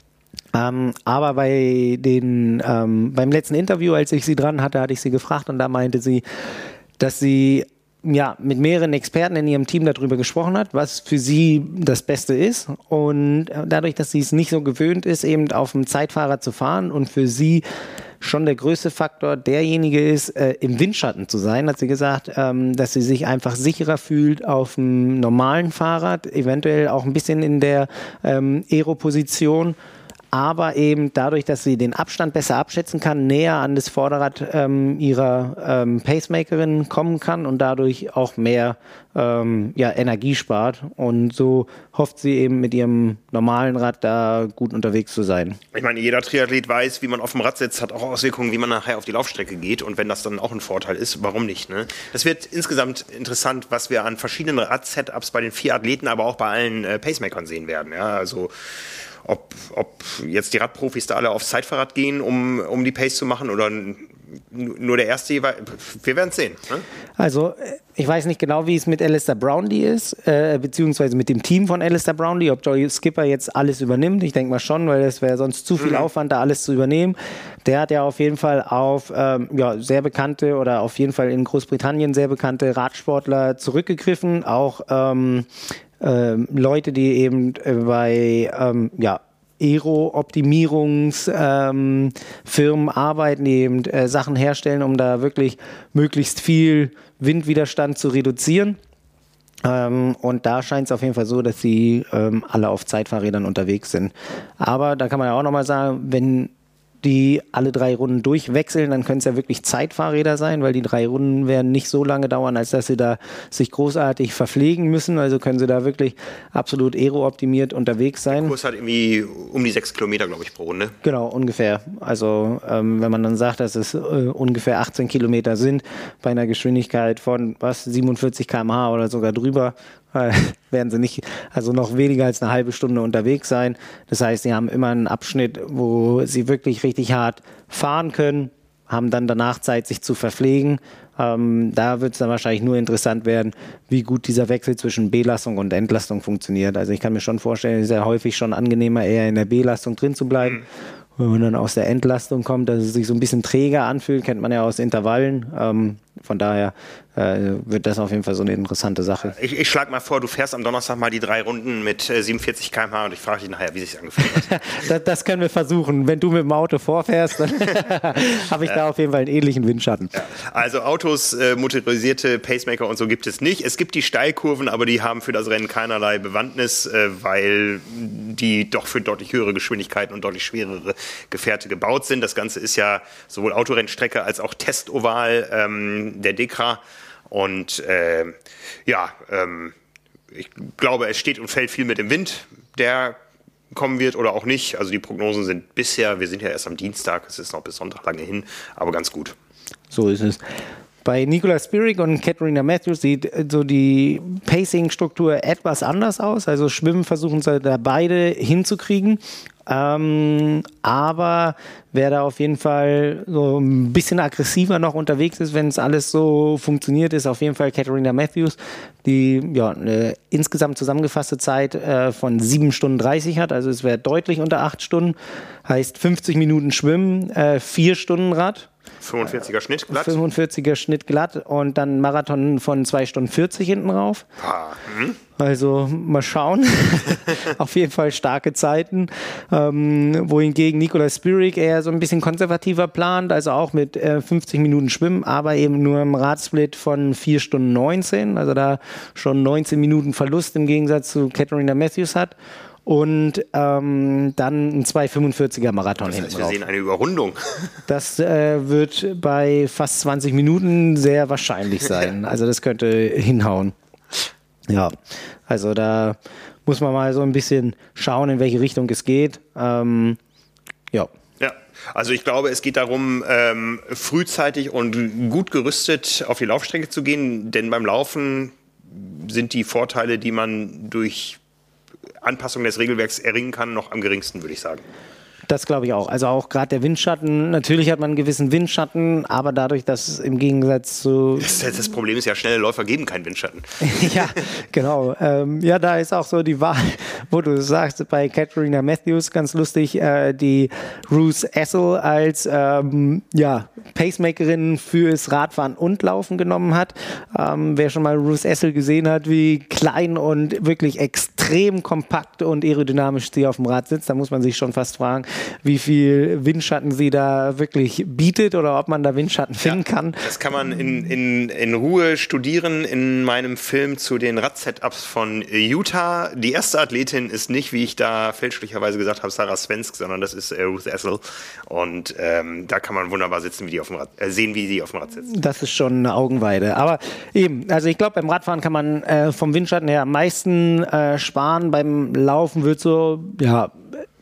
Aber beim letzten Interview, als ich sie dran hatte, hatte ich sie gefragt und da meinte sie, dass sie mit mehreren Experten in ihrem Team darüber gesprochen hat, was für sie das Beste ist. Und dadurch, dass sie es nicht so gewöhnt ist, eben auf dem Zeitfahrrad zu fahren und für sie schon der größte Faktor derjenige ist, im Windschatten zu sein, hat sie gesagt, dass sie sich einfach sicherer fühlt auf dem normalen Fahrrad, eventuell auch ein bisschen in der Aero-Position, aber eben dadurch, dass sie den Abstand besser abschätzen kann, näher an das Vorderrad ihrer Pacemakerin kommen kann und dadurch auch mehr Energie spart. Und so hofft sie eben mit ihrem normalen Rad da gut unterwegs zu sein. Ich meine, jeder Triathlet weiß, wie man auf dem Rad sitzt, hat auch Auswirkungen, wie man nachher auf die Laufstrecke geht. Und wenn das dann auch ein Vorteil ist, warum nicht? Ne? Das wird insgesamt interessant, was wir an verschiedenen Rad-Setups bei den 4 Athleten, aber auch bei allen Pacemakern sehen werden. Ja? Also ob jetzt die Radprofis da alle aufs Zeitfahrrad gehen, um die Pace zu machen oder nur der Erste jeweils. Wir werden es sehen. Ne? Also ich weiß nicht genau, wie es mit Alistair Brownlee ist, beziehungsweise mit dem Team von Alistair Brownlee, ob Joey Skipper jetzt alles übernimmt. Ich denke mal schon, weil das wäre sonst zu viel Aufwand, da alles zu übernehmen. Der hat ja auf jeden Fall auf sehr bekannte oder auf jeden Fall in Großbritannien sehr bekannte Radsportler zurückgegriffen. Auch Leute, die eben bei Aero-Optimierungsfirmen arbeiten, die eben Sachen herstellen, um da wirklich möglichst viel Windwiderstand zu reduzieren. Und da scheint es auf jeden Fall so, dass sie alle auf Zeitfahrrädern unterwegs sind. Aber da kann man ja auch nochmal sagen, wenn die alle 3 Runden durchwechseln, dann können es ja wirklich Zeitfahrräder sein, weil die 3 Runden werden nicht so lange dauern, als dass sie da sich großartig verpflegen müssen. Also können sie da wirklich absolut aero-optimiert unterwegs sein. Der Kurs hat irgendwie um die 6 Kilometer, glaube ich, pro Runde. Genau, ungefähr. Also wenn man dann sagt, dass es ungefähr 18 Kilometer sind, bei einer Geschwindigkeit von 47 km/h oder sogar drüber, werden sie nicht, also noch weniger als eine halbe Stunde unterwegs sein. Das heißt, sie haben immer einen Abschnitt, wo sie wirklich richtig hart fahren können, haben dann danach Zeit, sich zu verpflegen. Da wird es dann wahrscheinlich nur interessant werden, wie gut dieser Wechsel zwischen Belastung und Entlastung funktioniert. Also ich kann mir schon vorstellen, es ist ja häufig schon angenehmer, eher in der Belastung drin zu bleiben. Wenn man dann aus der Entlastung kommt, dass es sich so ein bisschen träger anfühlt, kennt man ja aus Intervallen. Von daher wird das auf jeden Fall so eine interessante Sache. Ich schlage mal vor, du fährst am Donnerstag mal die 3 Runden mit 47 km/h und ich frage dich nachher, wie es sich angefühlt hat. Das können wir versuchen. Wenn du mit dem Auto vorfährst, dann habe ich da auf jeden Fall einen ähnlichen Windschatten. Ja. Also Autos, motorisierte Pacemaker und so gibt es nicht. Es gibt die Steilkurven, aber die haben für das Rennen keinerlei Bewandtnis, weil die doch für deutlich höhere Geschwindigkeiten und deutlich schwerere Gefährte gebaut sind. Das Ganze ist ja sowohl Autorennstrecke als auch Testoval der DEKRA. Und ich glaube, es steht und fällt viel mit dem Wind, der kommen wird oder auch nicht. Also die Prognosen sind bisher, wir sind ja erst am Dienstag, es ist noch bis Sonntag lange hin, aber ganz gut. So ist es. Bei Nicola Spirig und Katerina Matthews sieht so die Pacing-Struktur etwas anders aus. Also Schwimmen versuchen sie da beide hinzukriegen. Aber wer da auf jeden Fall so ein bisschen aggressiver noch unterwegs ist, wenn es alles so funktioniert, ist auf jeden Fall Katerina Matthews, die eine insgesamt zusammengefasste Zeit von 7 Stunden 30 hat. Also es wäre deutlich unter 8 Stunden. Heißt 50 Minuten Schwimmen, 4 Stunden Rad. 45er Schnitt glatt. 45er Schnitt glatt und dann Marathon von 2 Stunden 40 hinten rauf. Also mal schauen. Auf jeden Fall starke Zeiten. Wohingegen Nicola Spirig eher so ein bisschen konservativer plant, also auch mit 50 Minuten Schwimmen, aber eben nur im Radsplit von 4 Stunden 19. Also da schon 19 Minuten Verlust im Gegensatz zu Katerina Matthews hat. Und dann ein 2,45er Marathon hinten drauf. Wir sehen eine Überrundung. Das wird bei fast 20 Minuten sehr wahrscheinlich sein. Also das könnte hinhauen. Ja, also da muss man mal so ein bisschen schauen, in welche Richtung es geht. Ja, also ich glaube, es geht darum, frühzeitig und gut gerüstet auf die Laufstrecke zu gehen, denn beim Laufen sind die Vorteile, die man durch Anpassung des Regelwerks erringen kann, noch am geringsten, würde ich sagen. Das glaube ich auch. Also auch gerade der Windschatten. Natürlich hat man einen gewissen Windschatten, aber dadurch, dass im Gegensatz zu... Das Problem ist ja, schnelle Läufer geben keinen Windschatten. Ja, genau. Da ist auch so die Wahl, wo du sagst, bei Katerina Matthews, ganz lustig, die Ruth Essel als Pacemakerin fürs Radfahren und Laufen genommen hat. Wer schon mal Ruth Essel gesehen hat, wie klein und wirklich extrem kompakt und aerodynamisch sie auf dem Rad sitzt, da muss man sich schon fast fragen, wie viel Windschatten sie da wirklich bietet oder ob man da Windschatten finden kann. Das kann man in Ruhe studieren in meinem Film zu den Rad-Setups von Utah. Die erste Athletin ist nicht, wie ich da fälschlicherweise gesagt habe, Sarah Svensk, sondern das ist Ruth Essel. Und da kann man wunderbar sitzen, sehen, wie sie auf dem Rad sitzt. Das ist schon eine Augenweide. Aber eben, also ich glaube, beim Radfahren kann man vom Windschatten her am meisten sparen. Beim Laufen wird so,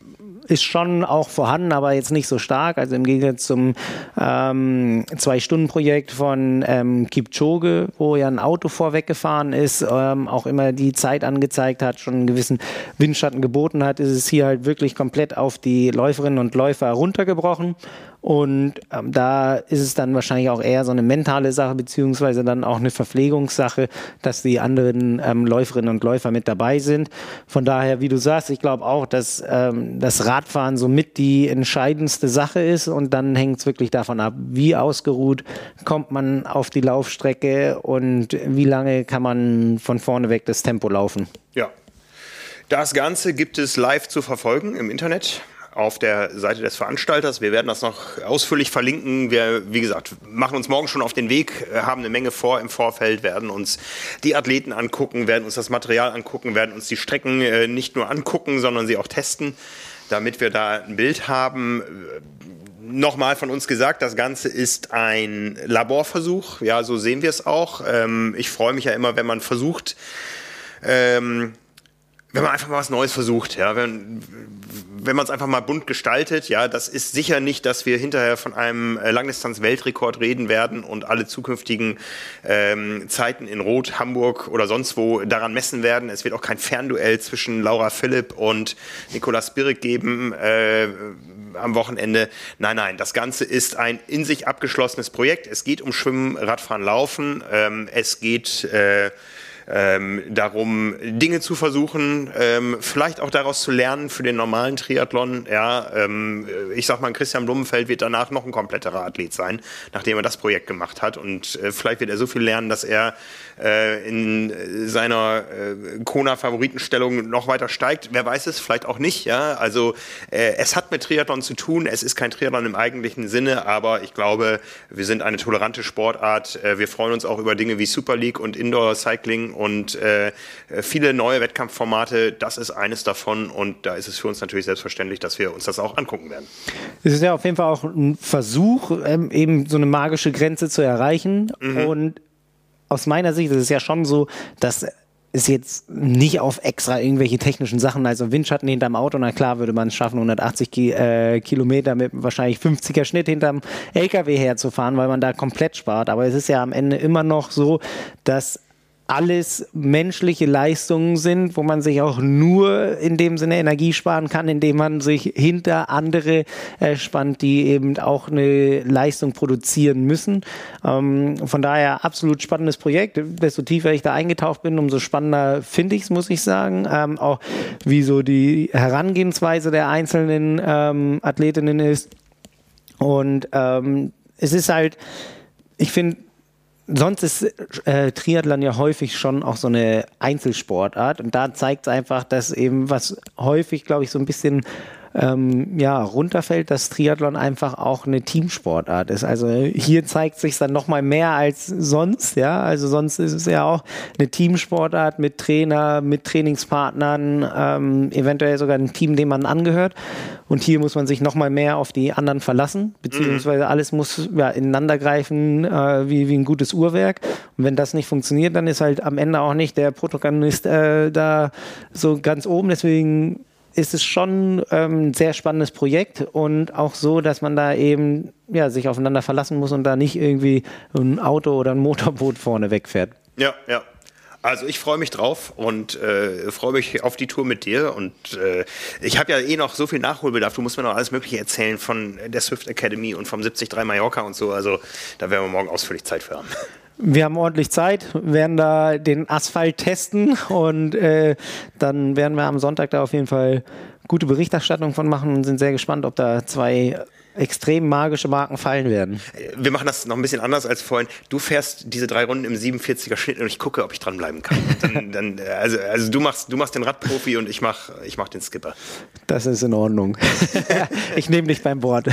ist schon auch vorhanden, aber jetzt nicht so stark. Also im Gegensatz zum 2-Stunden-Projekt von Kipchoge, wo ja ein Auto vorweg gefahren ist, auch immer die Zeit angezeigt hat, schon einen gewissen Windschatten geboten hat, ist es hier halt wirklich komplett auf die Läuferinnen und Läufer runtergebrochen. Und da ist es dann wahrscheinlich auch eher so eine mentale Sache, beziehungsweise dann auch eine Verpflegungssache, dass die anderen Läuferinnen und Läufer mit dabei sind. Von daher, wie du sagst, ich glaube auch, dass das Radfahren somit die entscheidendste Sache ist und dann hängt es wirklich davon ab, wie ausgeruht kommt man auf die Laufstrecke und wie lange kann man von vorne weg das Tempo laufen. Ja, das Ganze gibt es live zu verfolgen im Internet auf der Seite des Veranstalters. Wir werden das noch ausführlich verlinken. Wir, wie gesagt, machen uns morgen schon auf den Weg, haben eine Menge vor im Vorfeld, werden uns die Athleten angucken, werden uns das Material angucken, werden uns die Strecken nicht nur angucken, sondern sie auch testen, damit wir da ein Bild haben. Nochmal von uns gesagt, das Ganze ist ein Laborversuch. Ja, so sehen wir es auch. Ich freue mich ja immer, wenn man versucht, wenn man einfach mal was Neues versucht, ja, wenn man es einfach mal bunt gestaltet, ja, das ist sicher nicht, dass wir hinterher von einem Langdistanz-Weltrekord reden werden und alle zukünftigen Zeiten in Rot, Hamburg oder sonst wo daran messen werden. Es wird auch kein Fernduell zwischen Laura Philipp und Nicolas Birk geben am Wochenende. Nein, das Ganze ist ein in sich abgeschlossenes Projekt. Es geht um Schwimmen, Radfahren, Laufen. Es geht darum, Dinge zu versuchen, vielleicht auch daraus zu lernen für den normalen Triathlon. Ja, ich sag mal, Christian Blumenfeld wird danach noch ein kompletterer Athlet sein, nachdem er das Projekt gemacht hat. Und vielleicht wird er so viel lernen, dass er in seiner Kona-Favoritenstellung noch weiter steigt. Wer weiß es, vielleicht auch nicht. Ja, also es hat mit Triathlon zu tun. Es ist kein Triathlon im eigentlichen Sinne, aber ich glaube, wir sind eine tolerante Sportart. Wir freuen uns auch über Dinge wie Super League und Indoor Cycling und viele neue Wettkampfformate. Das ist eines davon und da ist es für uns natürlich selbstverständlich, dass wir uns das auch angucken werden. Es ist ja auf jeden Fall auch ein Versuch, eben so eine magische Grenze zu erreichen. Und aus meiner Sicht ist es ja schon so, dass es jetzt nicht auf extra irgendwelche technischen Sachen, also Windschatten hinterm Auto, na klar würde man es schaffen, 180 Kilometer mit wahrscheinlich 50er Schnitt hinterm LKW herzufahren, weil man da komplett spart. Aber es ist ja am Ende immer noch so, dass alles menschliche Leistungen sind, wo man sich auch nur in dem Sinne Energie sparen kann, indem man sich hinter andere spannt, die eben auch eine Leistung produzieren müssen. Von daher absolut spannendes Projekt. Desto tiefer ich da eingetaucht bin, umso spannender finde ich es, muss ich sagen. Auch wie so die Herangehensweise der einzelnen Athletinnen ist. Und es ist halt, ich finde, sonst ist Triathlon ja häufig schon auch so eine Einzelsportart und da zeigt es einfach, dass eben was häufig, glaube ich, so ein bisschen runterfällt, dass Triathlon einfach auch eine Teamsportart ist. Also hier zeigt sich dann nochmal mehr als sonst, ja. Also sonst ist es ja auch eine Teamsportart mit Trainer, mit Trainingspartnern, eventuell sogar ein Team, dem man angehört. Und hier muss man sich nochmal mehr auf die anderen verlassen, beziehungsweise alles muss ineinander greifen, wie ein gutes Uhrwerk. Und wenn das nicht funktioniert, dann ist halt am Ende auch nicht der Protagonist da so ganz oben. Deswegen ist es schon ein sehr spannendes Projekt und auch so, dass man da eben sich aufeinander verlassen muss und da nicht irgendwie ein Auto oder ein Motorboot vorne wegfährt. Ja. Also ich freue mich drauf und freue mich auf die Tour mit dir und ich habe ja noch so viel Nachholbedarf, du musst mir noch alles Mögliche erzählen von der Swift Academy und vom 73 Mallorca und so, also da werden wir morgen ausführlich Zeit für haben. Wir haben ordentlich Zeit, werden da den Asphalt testen und dann werden wir am Sonntag da auf jeden Fall gute Berichterstattung von machen und sind sehr gespannt, ob da 2 extrem magische Marken fallen werden. Wir machen das noch ein bisschen anders als vorhin. Du fährst diese 3 Runden im 47er Schnitt und ich gucke, ob ich dranbleiben kann. Also du machst den Radprofi und ich mach den Skipper. Das ist in Ordnung. Ich nehme dich beim Wort.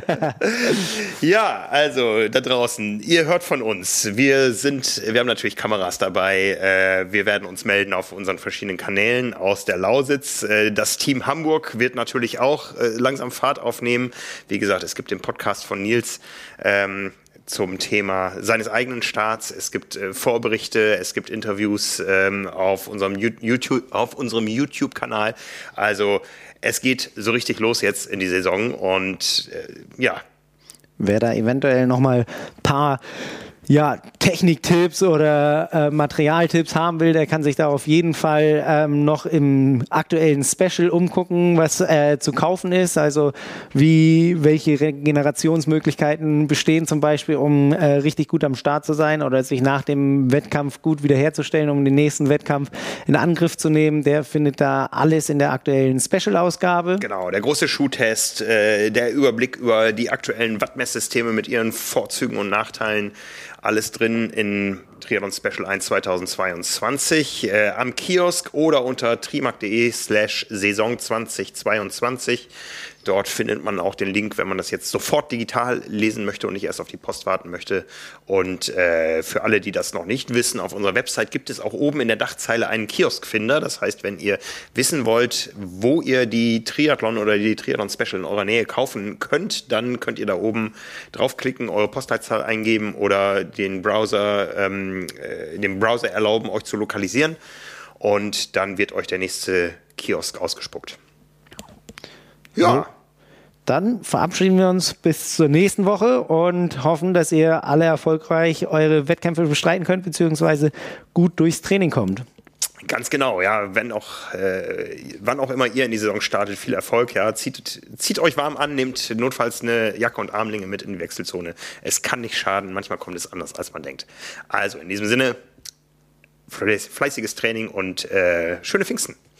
Ja, also da draußen, ihr hört von uns. Wir haben natürlich Kameras dabei. Wir werden uns melden auf unseren verschiedenen Kanälen aus der Lausitz. Das Team Hamburg wird natürlich auch langsam Fahrt aufnehmen. Wie gesagt, es gibt den Podcast von Nils zum Thema seines eigenen Starts. Es gibt Vorberichte, es gibt Interviews auf unserem YouTube-Kanal. Also es geht so richtig los jetzt in die Saison und ja. Wer da eventuell nochmal ein paar Techniktipps oder Materialtipps haben will, der kann sich da auf jeden Fall noch im aktuellen Special umgucken, was zu kaufen ist. Also welche Regenerationsmöglichkeiten bestehen zum Beispiel, um richtig gut am Start zu sein oder sich nach dem Wettkampf gut wiederherzustellen, um den nächsten Wettkampf in Angriff zu nehmen. Der findet da alles in der aktuellen Special-Ausgabe. Genau, der große Schuhtest, der Überblick über die aktuellen Wattmesssysteme mit ihren Vorzügen und Nachteilen. Alles drin in Triathlon Special 1 2022 am Kiosk oder unter trimark.de/Saison 2022. Dort findet man auch den Link, wenn man das jetzt sofort digital lesen möchte und nicht erst auf die Post warten möchte. Und für alle, die das noch nicht wissen, auf unserer Website gibt es auch oben in der Dachzeile einen Kioskfinder. Das heißt, wenn ihr wissen wollt, wo ihr die Triathlon oder die Triathlon Special in eurer Nähe kaufen könnt, dann könnt ihr da oben draufklicken, eure Postleitzahl eingeben oder dem Browser erlauben, euch zu lokalisieren. Und dann wird euch der nächste Kiosk ausgespuckt. Ja. Dann verabschieden wir uns bis zur nächsten Woche und hoffen, dass ihr alle erfolgreich eure Wettkämpfe bestreiten könnt, beziehungsweise gut durchs Training kommt. Ganz genau, ja, wann auch immer ihr in die Saison startet, viel Erfolg, ja, zieht euch warm an, nehmt notfalls eine Jacke und Armlinge mit in die Wechselzone. Es kann nicht schaden, manchmal kommt es anders, als man denkt. Also in diesem Sinne, fleißiges Training und schöne Pfingsten.